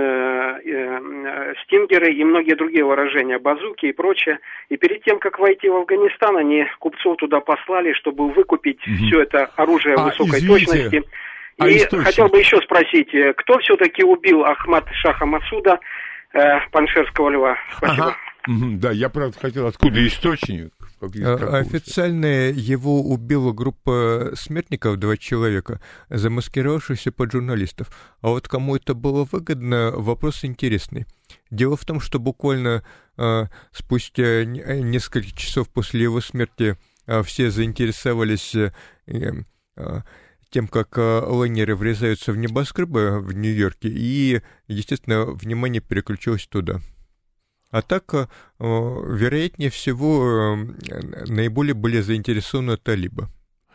э, стингеры и многие другие вооружения, базуки и прочее. И перед тем, как войти в Афганистан, они купцов туда послали, чтобы выкупить mm-hmm. все это оружие а, высокой извините. точности. А и источник? Хотел бы еще спросить, кто все-таки убил Ахмад Шаха Масуда, э, Паншерского льва? Спасибо. Ага. Да, я, правда, хотел, откуда источник? Официально его убила группа смертников, два человека, замаскировавшихся под журналистов. А вот кому это было выгодно, вопрос интересный. Дело в том, что буквально э, спустя несколько часов после его смерти э, все заинтересовались э, э, тем, как э, лайнеры врезаются в небоскребы в Нью-Йорке, и, естественно, внимание переключилось туда. А так, вероятнее всего, наиболее были заинтересованы талибы.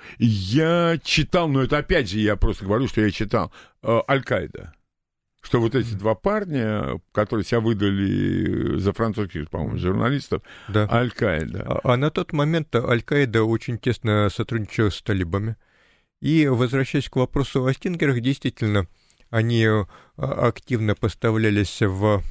Я читал, но это опять же, я просто говорю, что я читал, Аль-Каида. Что вот эти два парня, которые себя выдали за французских, по-моему, журналистов, да. Аль-Каида. А, а на тот момент Аль-Каида очень тесно сотрудничала с талибами. И, возвращаясь к вопросу о стингерах, действительно, они активно поставлялись в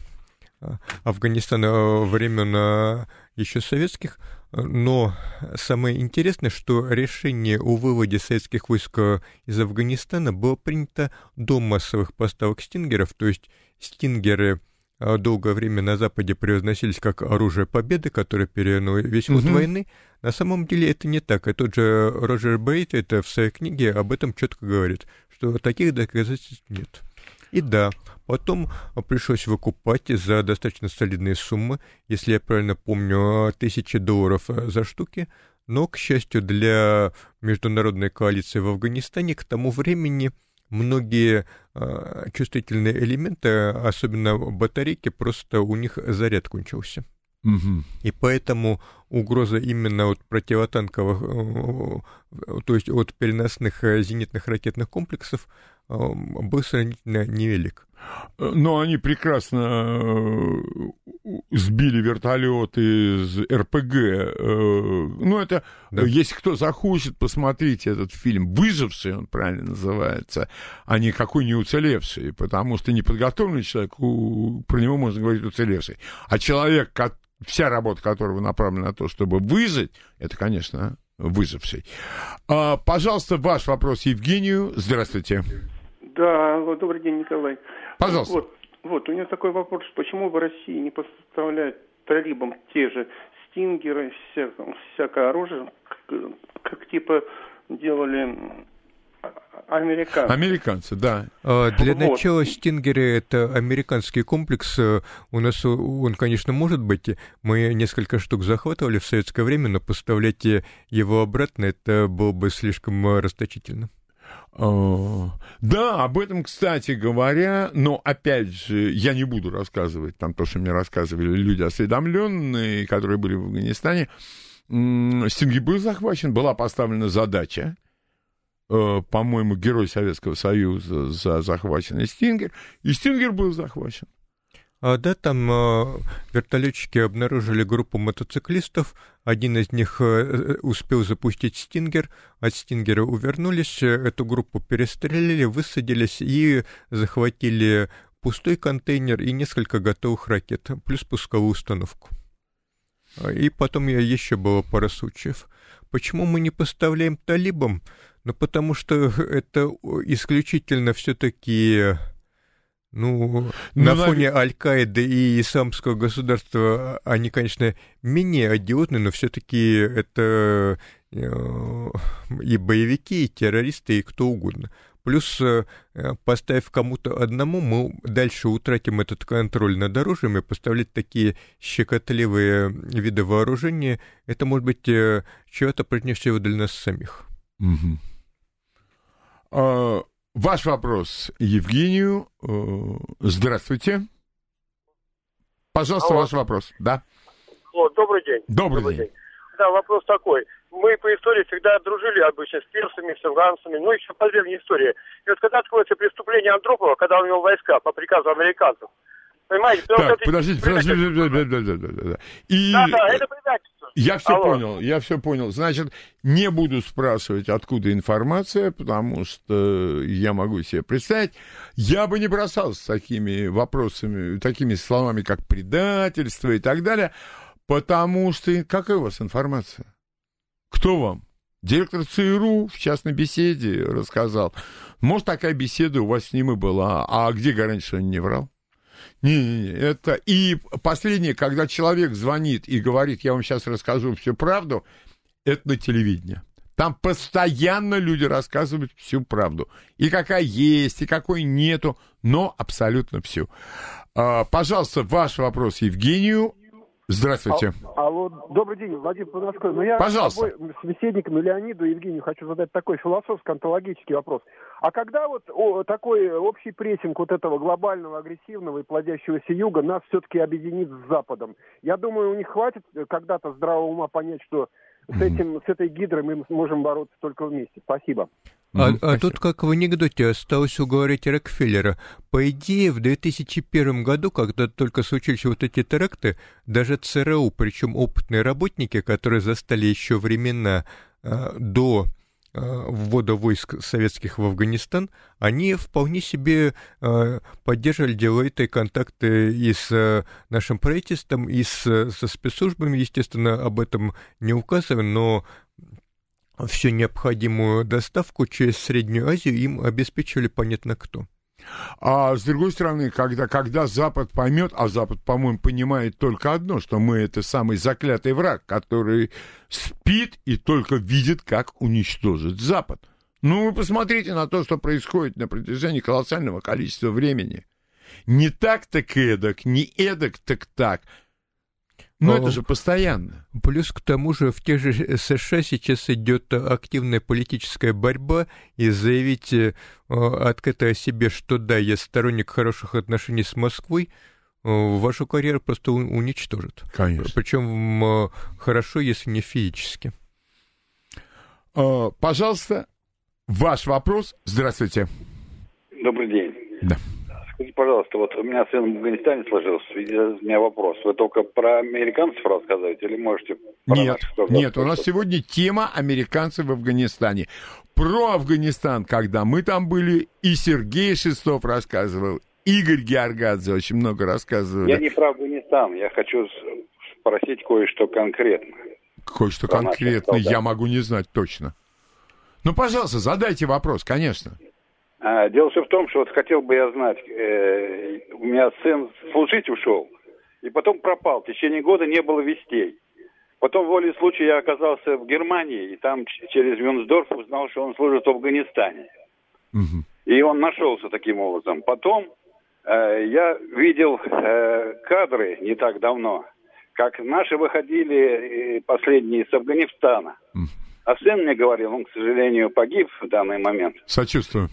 Афганистана времен еще советских, но самое интересное, что решение о выводе советских войск из Афганистана было принято до массовых поставок стингеров, то есть стингеры долгое время на Западе превозносились как оружие победы, которое перевернуло весь ход mm-hmm. войны. На самом деле это не так, и тот же Роджер Бейт это в своей книге об этом четко говорит, что таких доказательств нет. И да, потом пришлось выкупать за достаточно солидные суммы, если я правильно помню, тысячи долларов за штуки, но, к счастью, для международной коалиции в Афганистане к тому времени многие э, чувствительные элементы, особенно батарейки, просто у них заряд кончился. Угу. И поэтому угроза именно от противотанковых, э, то есть от переносных зенитных ракетных комплексов, был сравнительно невелик. Но они прекрасно сбили вертолет из эр пэ гэ. Ну, это, да. Если кто захочет, посмотрите этот фильм. «Выживший» он правильно называется, а никакой не уцелевший, потому что неподготовленный человек, про него можно говорить уцелевший. А человек, вся работа которого направлена на то, чтобы выжить, это, конечно, выживший. Пожалуйста, ваш вопрос Евгению. Здравствуйте. Да, добрый день, Николай. Пожалуйста. Вот, вот, у меня такой вопрос, почему в России не поставляют талибам те же стингеры, вся, всякое оружие, как, как типа делали американцы? Американцы, да. Для вот. начала стингеры — это американский комплекс. У нас он, конечно, может быть. Мы несколько штук захватывали в советское время, но поставлять его обратно — это было бы слишком расточительно. Да, об этом, кстати говоря, но, опять же, я не буду рассказывать там то, что мне рассказывали люди осведомленные, которые были в Афганистане. Стингер был захвачен, была поставлена задача, по-моему, Герой Советского Союза за захваченный Стингер, и Стингер был захвачен. А, да, там а, вертолетчики обнаружили группу мотоциклистов, один из них а, успел запустить Стингер, от Стингера увернулись, эту группу перестрелили, высадились и захватили пустой контейнер и несколько готовых ракет, плюс пусковую установку. И потом еще было пара случаев. Почему мы не поставляем талибам? Ну, потому что это исключительно все-таки... Ну, ну, на фоне на... Аль-Каиды и Исламского государства они, конечно, менее одиозны, но все-таки это э, и боевики, и террористы, и кто угодно. Плюс, э, поставив кому-то одному, мы дальше утратим этот контроль над оружием, и поставлять такие щекотливые виды вооружения, это может быть э, чего-то, прежде всего, для нас самих. Угу. А... Ваш вопрос Евгению. Здравствуйте. Пожалуйста, Алло. Ваш вопрос. Да. Вот, добрый день. Добрый, добрый день. день. Да, вопрос такой. Мы по истории всегда дружили обычно с персами, с афганцами, ну, еще по древней истории. И вот когда откроется преступление Андропова, когда он вел войска по приказу американцев, понимаете? Так, это... подождите, подождите. Да, да, да, да, да. И... да, да, это предательство. Я все Алло. понял, я все понял. Значит, не буду спрашивать, откуда информация, потому что я могу себе представить. Я бы не бросался с такими вопросами, такими словами, как предательство и так далее, потому что... Какая у вас информация? Кто вам? Директор ЦРУ в частной беседе рассказал. Может, такая беседа у вас с ним и была. А где гарантия, что он не врал? Не-не-не, это... И последнее, когда человек звонит и говорит, я вам сейчас расскажу всю правду, это на телевидении. Там постоянно люди рассказывают всю правду. И какая есть, и какой нету, но абсолютно всю. А, пожалуйста, ваш вопрос Евгению. Здравствуйте. А, алло, добрый день, Владимир Подмосковье. Ну, я Пожалуйста. С собеседником Леониду и Евгению хочу задать такой философско-онтологический вопрос. А когда вот о, такой общий прессинг вот этого глобального, агрессивного и плодящегося юга нас все-таки объединит с Западом? Я думаю, у них хватит когда-то здравого ума понять, что с, этим, с этой гидрой мы можем бороться только вместе. Спасибо. А, а тут, как в анекдоте, осталось уговорить Рокфеллера. По идее, в две тысячи первом году, когда только случились вот эти теракты, даже ЦРУ, причем опытные работники, которые застали еще времена а, до а, ввода войск советских в Афганистан, они вполне себе а, поддерживали деловые контакты и с а, нашим правительством, и с, со спецслужбами, естественно, об этом не указывая, но... всю необходимую доставку через Среднюю Азию им обеспечивали понятно кто. А с другой стороны, когда, когда Запад поймет, а Запад, по-моему, понимает только одно, что мы это самый заклятый враг, который спит и только видит, как уничтожить Запад. Ну, вы посмотрите на то, что происходит на протяжении колоссального количества времени. Не так так эдак, не эдак так так. Но это же постоянно. Плюс к тому же в тех же США сейчас идет активная политическая борьба, и заявить э, открыто о себе, что да, я сторонник хороших отношений с Москвой, э, вашу карьеру просто уничтожит. Конечно. Причем э, хорошо, если не физически. Э, пожалуйста, ваш вопрос. Здравствуйте. Добрый день. Да. Скажите, пожалуйста, вот у меня сын в Афганистане сложился, у меня вопрос. Вы только про американцев рассказываете или можете про Нет, наших тоже нет, у рассказать? нас сегодня тема американцы в Афганистане. Про Афганистан, когда мы там были, и Сергей Шестов рассказывал, Игорь Георгадзе очень много рассказывал. Я не про Афганистан, я хочу спросить кое-что конкретно. Кое-что про конкретно я могу не знать точно. Ну, пожалуйста, задайте вопрос, конечно. А, дело все в том, что вот хотел бы я знать, э, у меня сын служить ушел, и потом пропал. В течение года не было вестей. Потом, волей случая, я оказался в Германии, и там через Вюнсдорф узнал, что он служит в Афганистане. Угу. И он нашелся таким образом. Потом э, я видел э, кадры не так давно, как наши выходили э, последние из Афганистана. Угу. А сын мне говорил, он, к сожалению, погиб в данный момент. Сочувствую.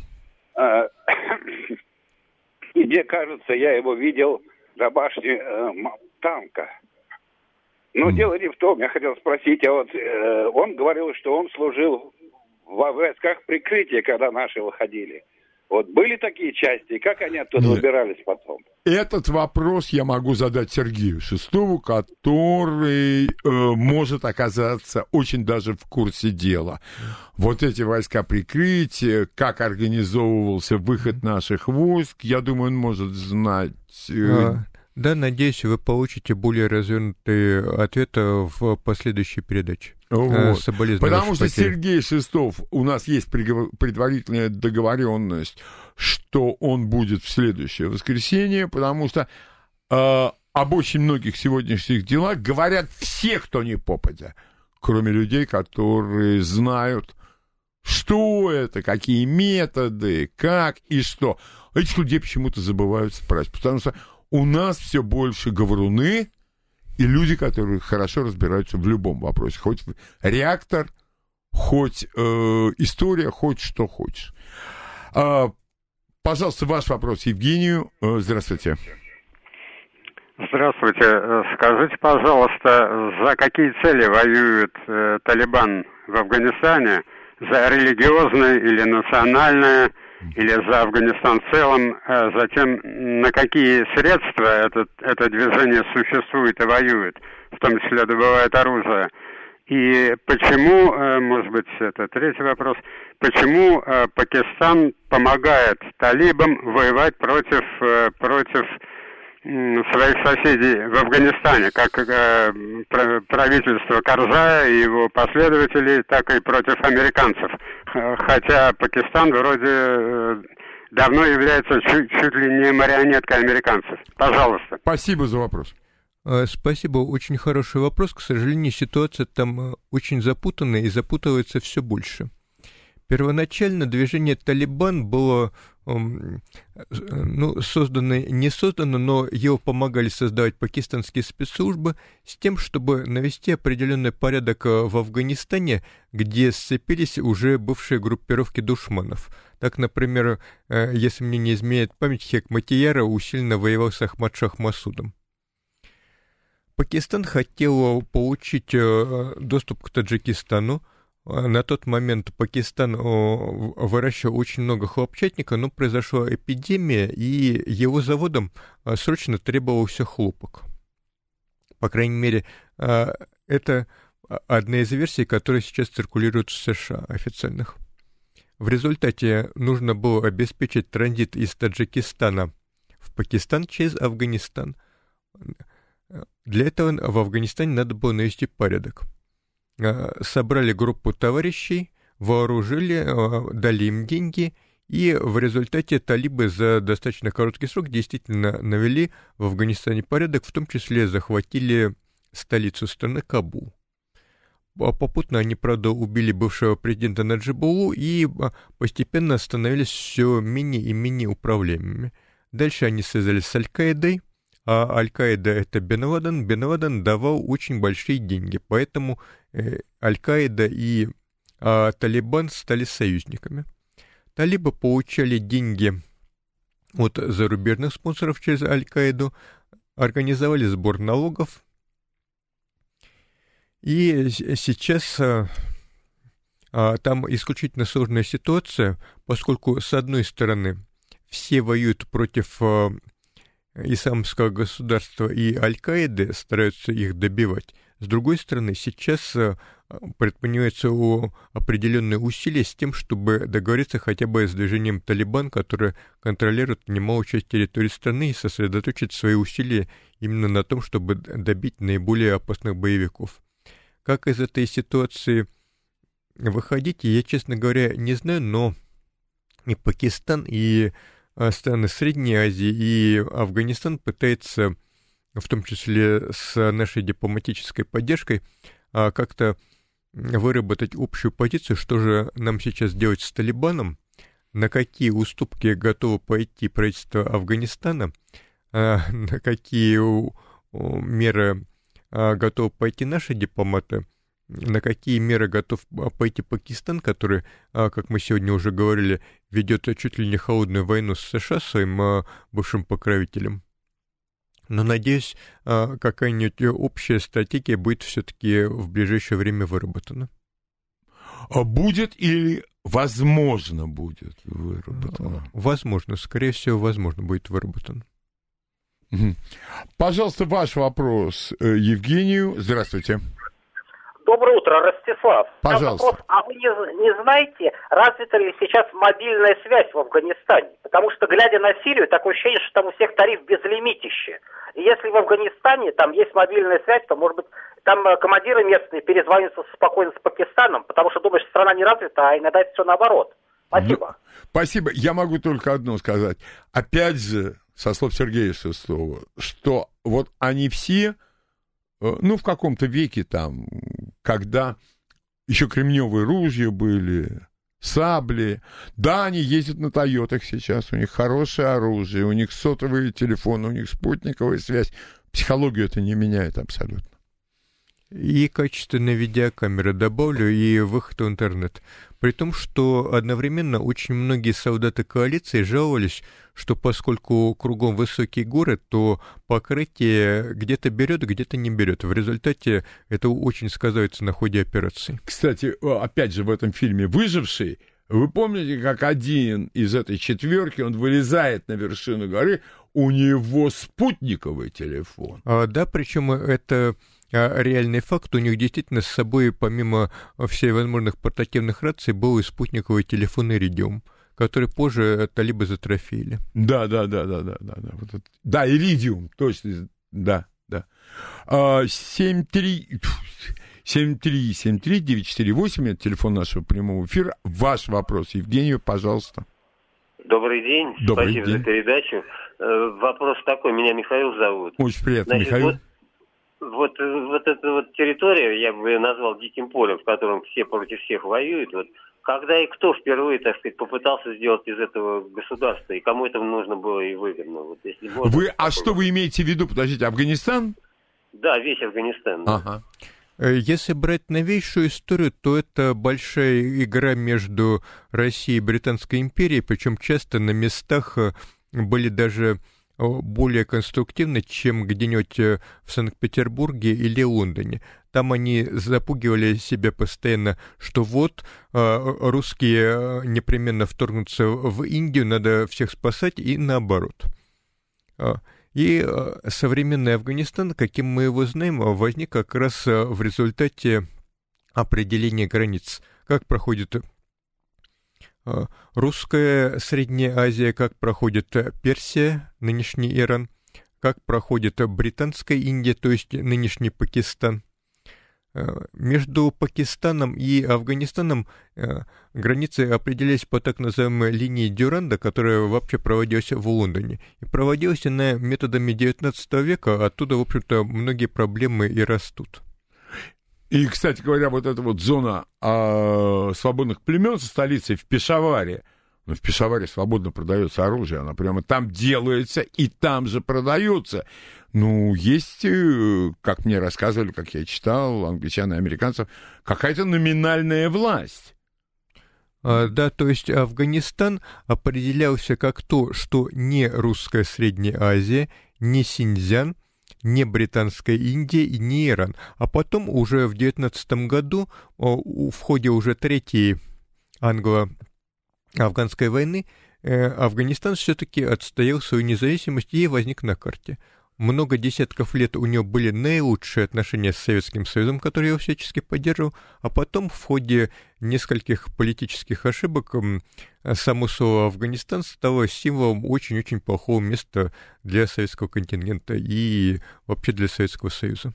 И где, кажется, я его видел за башней э, танка. Но mm. дело не в том, я хотел спросить, а вот э, он говорил, что он служил в войсках прикрытия, когда наши выходили. Вот были такие части, и как они оттуда Нет. выбирались потом? Этот вопрос я могу задать Сергею Шестову, который э, может оказаться очень даже в курсе дела. Вот эти войска прикрытия, как организовывался выход наших войск, я думаю, он может знать. Э... А, да, надеюсь, вы получите более развернутые ответы в последующей передаче. Вот. Потому что потери. Сергей Шестов, у нас есть предварительная договоренность, что он будет в следующее воскресенье, потому что э, об очень многих сегодняшних делах говорят все, кто не попадя, кроме людей, которые знают, что это, какие методы, как и что. Этих людей почему-то забывают спрашивать, потому что у нас все больше говоруны, и люди, которые хорошо разбираются в любом вопросе. Хоть реактор, хоть э, история, хоть что хочешь. А, пожалуйста, ваш вопрос Евгению. Здравствуйте. Здравствуйте. Скажите, пожалуйста, за какие цели воюет э, Талибан в Афганистане? За религиозные или национальные, или за Афганистан в целом? А затем, на какие средства это, это движение существует и воюет, в том числе добывает оружие? И почему, может быть, это третий вопрос, почему Пакистан помогает талибам воевать против, против своих соседей в Афганистане, как правительство Карзая и его последователей, так и против американцев? Хотя Пакистан вроде давно является чуть, чуть ли не марионеткой американцев. Пожалуйста. Спасибо за вопрос. Спасибо, очень хороший вопрос. К сожалению, ситуация там очень запутанная и запутывается все больше. Первоначально движение «Талибан» было ну, создано, не создано, но его помогали создавать пакистанские спецслужбы с тем, чтобы навести определенный порядок в Афганистане, где сцепились уже бывшие группировки душманов. Так, например, если мне не изменяет память, Хекматияра усиленно воевал с Ахмад-Шах Масудом. Пакистан хотел получить доступ к Таджикистану. На тот момент Пакистан выращивал очень много хлопчатника, но произошла эпидемия, и его заводам срочно требовался хлопок. По крайней мере, это одна из версий, которые сейчас циркулируют в США официальных. В результате нужно было обеспечить транзит из Таджикистана в Пакистан через Афганистан. Для этого в Афганистане надо было навести порядок. Собрали группу товарищей, вооружили, дали им деньги, и в результате талибы за достаточно короткий срок действительно навели в Афганистане порядок, в том числе захватили столицу страны Кабул. Попутно они, правда, убили бывшего президента Наджибуллу и постепенно становились все менее и менее управляемыми. Дальше они связались с Аль-Каидой, а Аль-Каида — это Бен Ладен. Бен Ладен давал очень большие деньги, поэтому э, Аль-Каида и э, Талибан стали союзниками. Талибы получали деньги от зарубежных спонсоров через Аль-Каиду, организовали сбор налогов, и сейчас э, э, там исключительно сложная ситуация, поскольку, с одной стороны, все воюют против исламского государства и Аль-Каиды, стараются их добивать. С другой стороны, сейчас предпринимаются определенные усилия с тем, чтобы договориться хотя бы с движением «Талибан», которое контролирует немалую часть территории страны и сосредоточит свои усилия именно на том, чтобы добить наиболее опасных боевиков. Как из этой ситуации выходить, я, честно говоря, не знаю, но и Пакистан, и страны Средней Азии, и Афганистан пытаются, в том числе с нашей дипломатической поддержкой, как-то выработать общую позицию, что же нам сейчас делать с Талибаном, на какие уступки готово пойти правительство Афганистана, на какие меры готовы пойти наши дипломаты, на какие меры готов пойти Пакистан, который, как мы сегодня уже говорили, ведет чуть ли не холодную войну с США, своим бывшим покровителем. Но, надеюсь, какая-нибудь общая стратегия будет все-таки в ближайшее время выработана. А будет или возможно будет выработано? Возможно, скорее всего, возможно будет выработано. Пожалуйста, ваш вопрос Евгению. Здравствуйте. Доброе утро, Ростислав. Пожалуйста. Вопрос, а вы не, не знаете, развита ли сейчас мобильная связь в Афганистане? Потому что, глядя на Сирию, такое ощущение, что там у всех тариф безлимитище. И если в Афганистане там есть мобильная связь, то, может быть, там командиры местные перезвонятся спокойно с Пакистаном, потому что думаешь, страна не развита, а иногда это все наоборот. Спасибо. Ну, спасибо. Я могу только одно сказать. Опять же, со слов Сергея Шестого, что вот они все... Ну, в каком-то веке там, когда еще кремневые ружья были, сабли. Да, они ездят на Тойотах сейчас, у них хорошее оружие, у них сотовые телефоны, у них спутниковая связь. Психологию это не меняет абсолютно. И качественные видеокамеры добавлю, и выход в интернет. При том, что одновременно очень многие солдаты коалиции жаловались, что поскольку кругом высокие горы, то покрытие где-то берет, где-то не берет. В результате это очень сказывается на ходе операции. Кстати, опять же, в этом фильме «Выживший», вы помните, как один из этой четверки, он вылезает на вершину горы, у него спутниковый телефон. А, да, причем это... А реальный факт, у них действительно с собой, помимо всевозможных портативных раций, был и спутниковый телефон «Иридиум», который позже талибы затрофеили. Да, да, да, да, да, да, да, вот это, да, «Иридиум», точно, да, да. семь три семь три семь три девять четыре восемь, это телефон нашего прямого эфира. Ваш вопрос, Евгению, пожалуйста. Добрый день, Добрый спасибо день. за передачу. Вопрос такой, меня Михаил зовут. Очень приятно, Значит, Михаил. Вот... Вот, вот эта вот территория, я бы ее назвал диким полем, в котором все против всех воюют. Вот, когда и кто впервые, так сказать, попытался сделать из этого государства, и кому это нужно было и выгодно? Вот, если можно, вы, а что вы имеете в виду? Подождите, Афганистан? Да, весь Афганистан. Да. Ага. Если брать новейшую историю, то это большая игра между Россией и Британской империей, причем часто на местах были даже... более конструктивно, чем где-нибудь в Санкт-Петербурге или Лондоне. Там они запугивали себя постоянно, что вот русские непременно вторгнутся в Индию, надо всех спасать, и наоборот. И современный Афганистан, каким мы его знаем, возник как раз в результате определения границ. Как проходит Русская Средняя Азия, как проходит Персия, нынешний Иран, как проходит Британская Индия, то есть нынешний Пакистан. Между Пакистаном и Афганистаном границы определялись по так называемой линии Дюранда, которая вообще проводилась в Лондоне. И проводилась она методами девятнадцатого века, оттуда, в общем-то, многие проблемы и растут. И, кстати говоря, вот эта вот зона э, свободных племен со столицей в Пешаваре, ну, в Пешаваре свободно продается оружие, оно прямо там делается и там же продается. Ну, есть, э, как мне рассказывали, как я читал, англичан и американцев, какая-то номинальная власть. А, да, то есть Афганистан определялся как то, что не русская Средняя Азия, не Синьцзян, не Британская Индия и не Иран. А потом уже в девятнадцатом году, в ходе уже третьей англо-афганской войны, Афганистан все-таки отстоял свою независимость и возник на карте. Много десятков лет у него были наилучшие отношения с Советским Союзом, который его всячески поддерживал, а потом в ходе нескольких политических ошибок само слово «Афганистан» стало символом очень-очень плохого места для советского контингента и вообще для Советского Союза.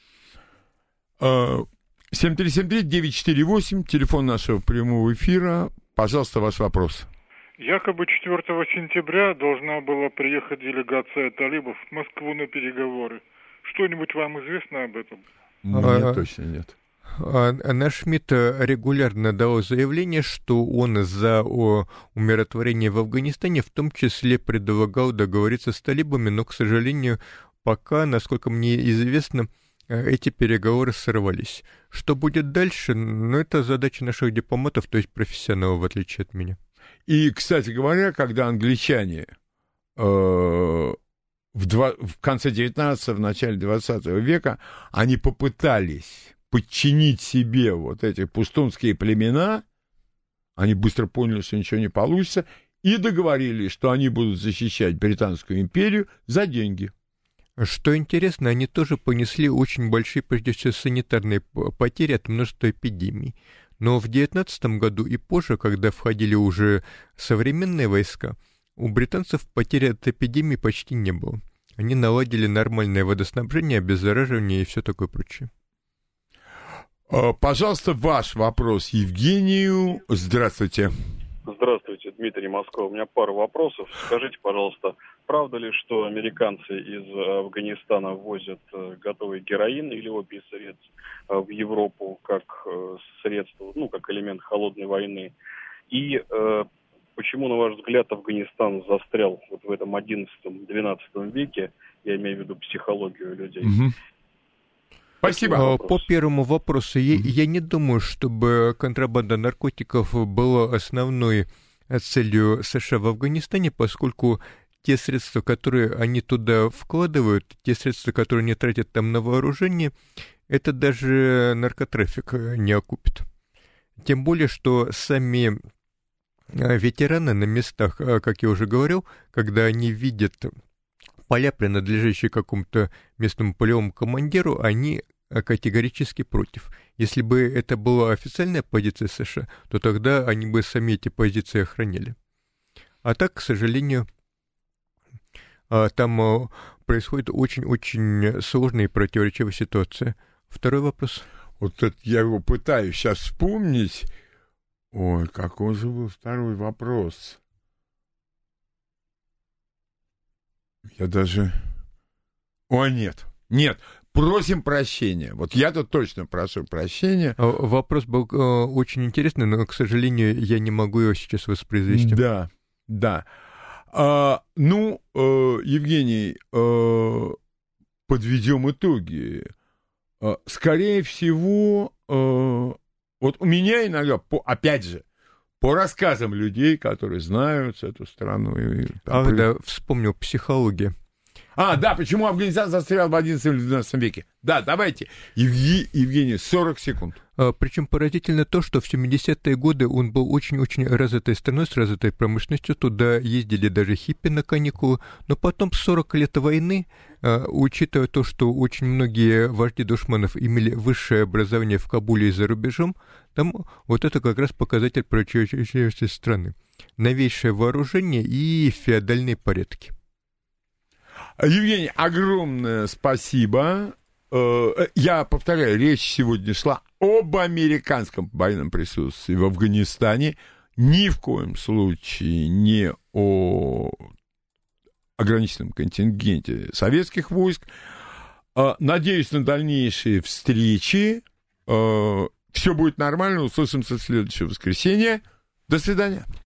семь три семь три девять четыре восемь, телефон нашего прямого эфира. Пожалуйста, ваш вопрос. Якобы четвёртого сентября должна была приехать делегация талибов в Москву на переговоры. Что-нибудь вам известно об этом? Мне а, точно нет. А, наш МИД регулярно дал заявление, что он за о, умиротворение в Афганистане, в том числе предлагал договориться с талибами, но, к сожалению, пока, насколько мне известно, эти переговоры сорвались. Что будет дальше? Ну, это задача наших дипломатов, то есть профессионалов, в отличие от меня. И, кстати говоря, когда англичане э, в, два, в конце девятнадцатого, в начале двадцатого века, они попытались подчинить себе вот эти пустунские племена, они быстро поняли, что ничего не получится, и договорились, что они будут защищать Британскую империю за деньги. Что интересно, они тоже понесли очень большие, прежде всего, санитарные потери от множества эпидемий. Но в девятнадцатом году и позже, когда входили уже современные войска, у британцев потерь от эпидемии почти не было. Они наладили нормальное водоснабжение, обеззараживание и все такое прочее. Пожалуйста, ваш вопрос Евгению. Здравствуйте. Здравствуйте, Дмитрий, Москва. У меня пара вопросов. Скажите, пожалуйста, правда ли, что американцы из Афганистана возят готовый героин или опий средств в Европу как средство, ну, как элемент холодной войны? И э, почему, на ваш взгляд, Афганистан застрял вот в этом одиннадцатом-двенадцатом веке, я имею в виду психологию людей? Угу. Спасибо. По первому вопросу, я, я не думаю, чтобы контрабанда наркотиков была основной целью США в Афганистане, поскольку те средства, которые они туда вкладывают, те средства, которые они тратят там на вооружение, это даже наркотрафик не окупит. Тем более, что сами ветераны на местах, как я уже говорил, когда они видят поля, принадлежащие какому-то местному полевому командиру, они категорически против. Если бы это была официальная позиция США, то тогда они бы сами эти позиции охраняли. А так, к сожалению, там происходит очень-очень сложная и противоречивая ситуация. Второй вопрос. Вот это я его пытаюсь сейчас вспомнить. Ой, какой же был второй вопрос? Я даже... О, нет, нет, просим прощения. Вот я тут точно прошу прощения. Вопрос был э, очень интересный, но, к сожалению, я не могу его сейчас воспроизвести. Да, да. А, ну, э, Евгений, э, подведем итоги. Э, скорее всего, э, вот у меня иногда, по, опять же, по рассказам людей, которые знают эту страну. И, там, а, при... да, вспомнил, психология. А, да, почему Афганистан застрял в одиннадцатом-двенадцатом веке? Да, давайте, Евги... Евгений, сорок секунд. А, причем поразительно то, что в семидесятые годы он был очень-очень развитой страной, с развитой промышленностью, туда ездили даже хиппи на каникулы, но потом сорок лет войны, а, учитывая то, что очень многие вожди душманов имели высшее образование в Кабуле и за рубежом, там вот это как раз показатель противоречивости страны. Новейшее вооружение и феодальные порядки. Евгений, огромное спасибо. Я повторяю, речь сегодня шла об американском военном присутствии в Афганистане, ни в коем случае не о ограниченном контингенте советских войск. Надеюсь на дальнейшие встречи. Все будет нормально, услышимся в следующее воскресенье. До свидания.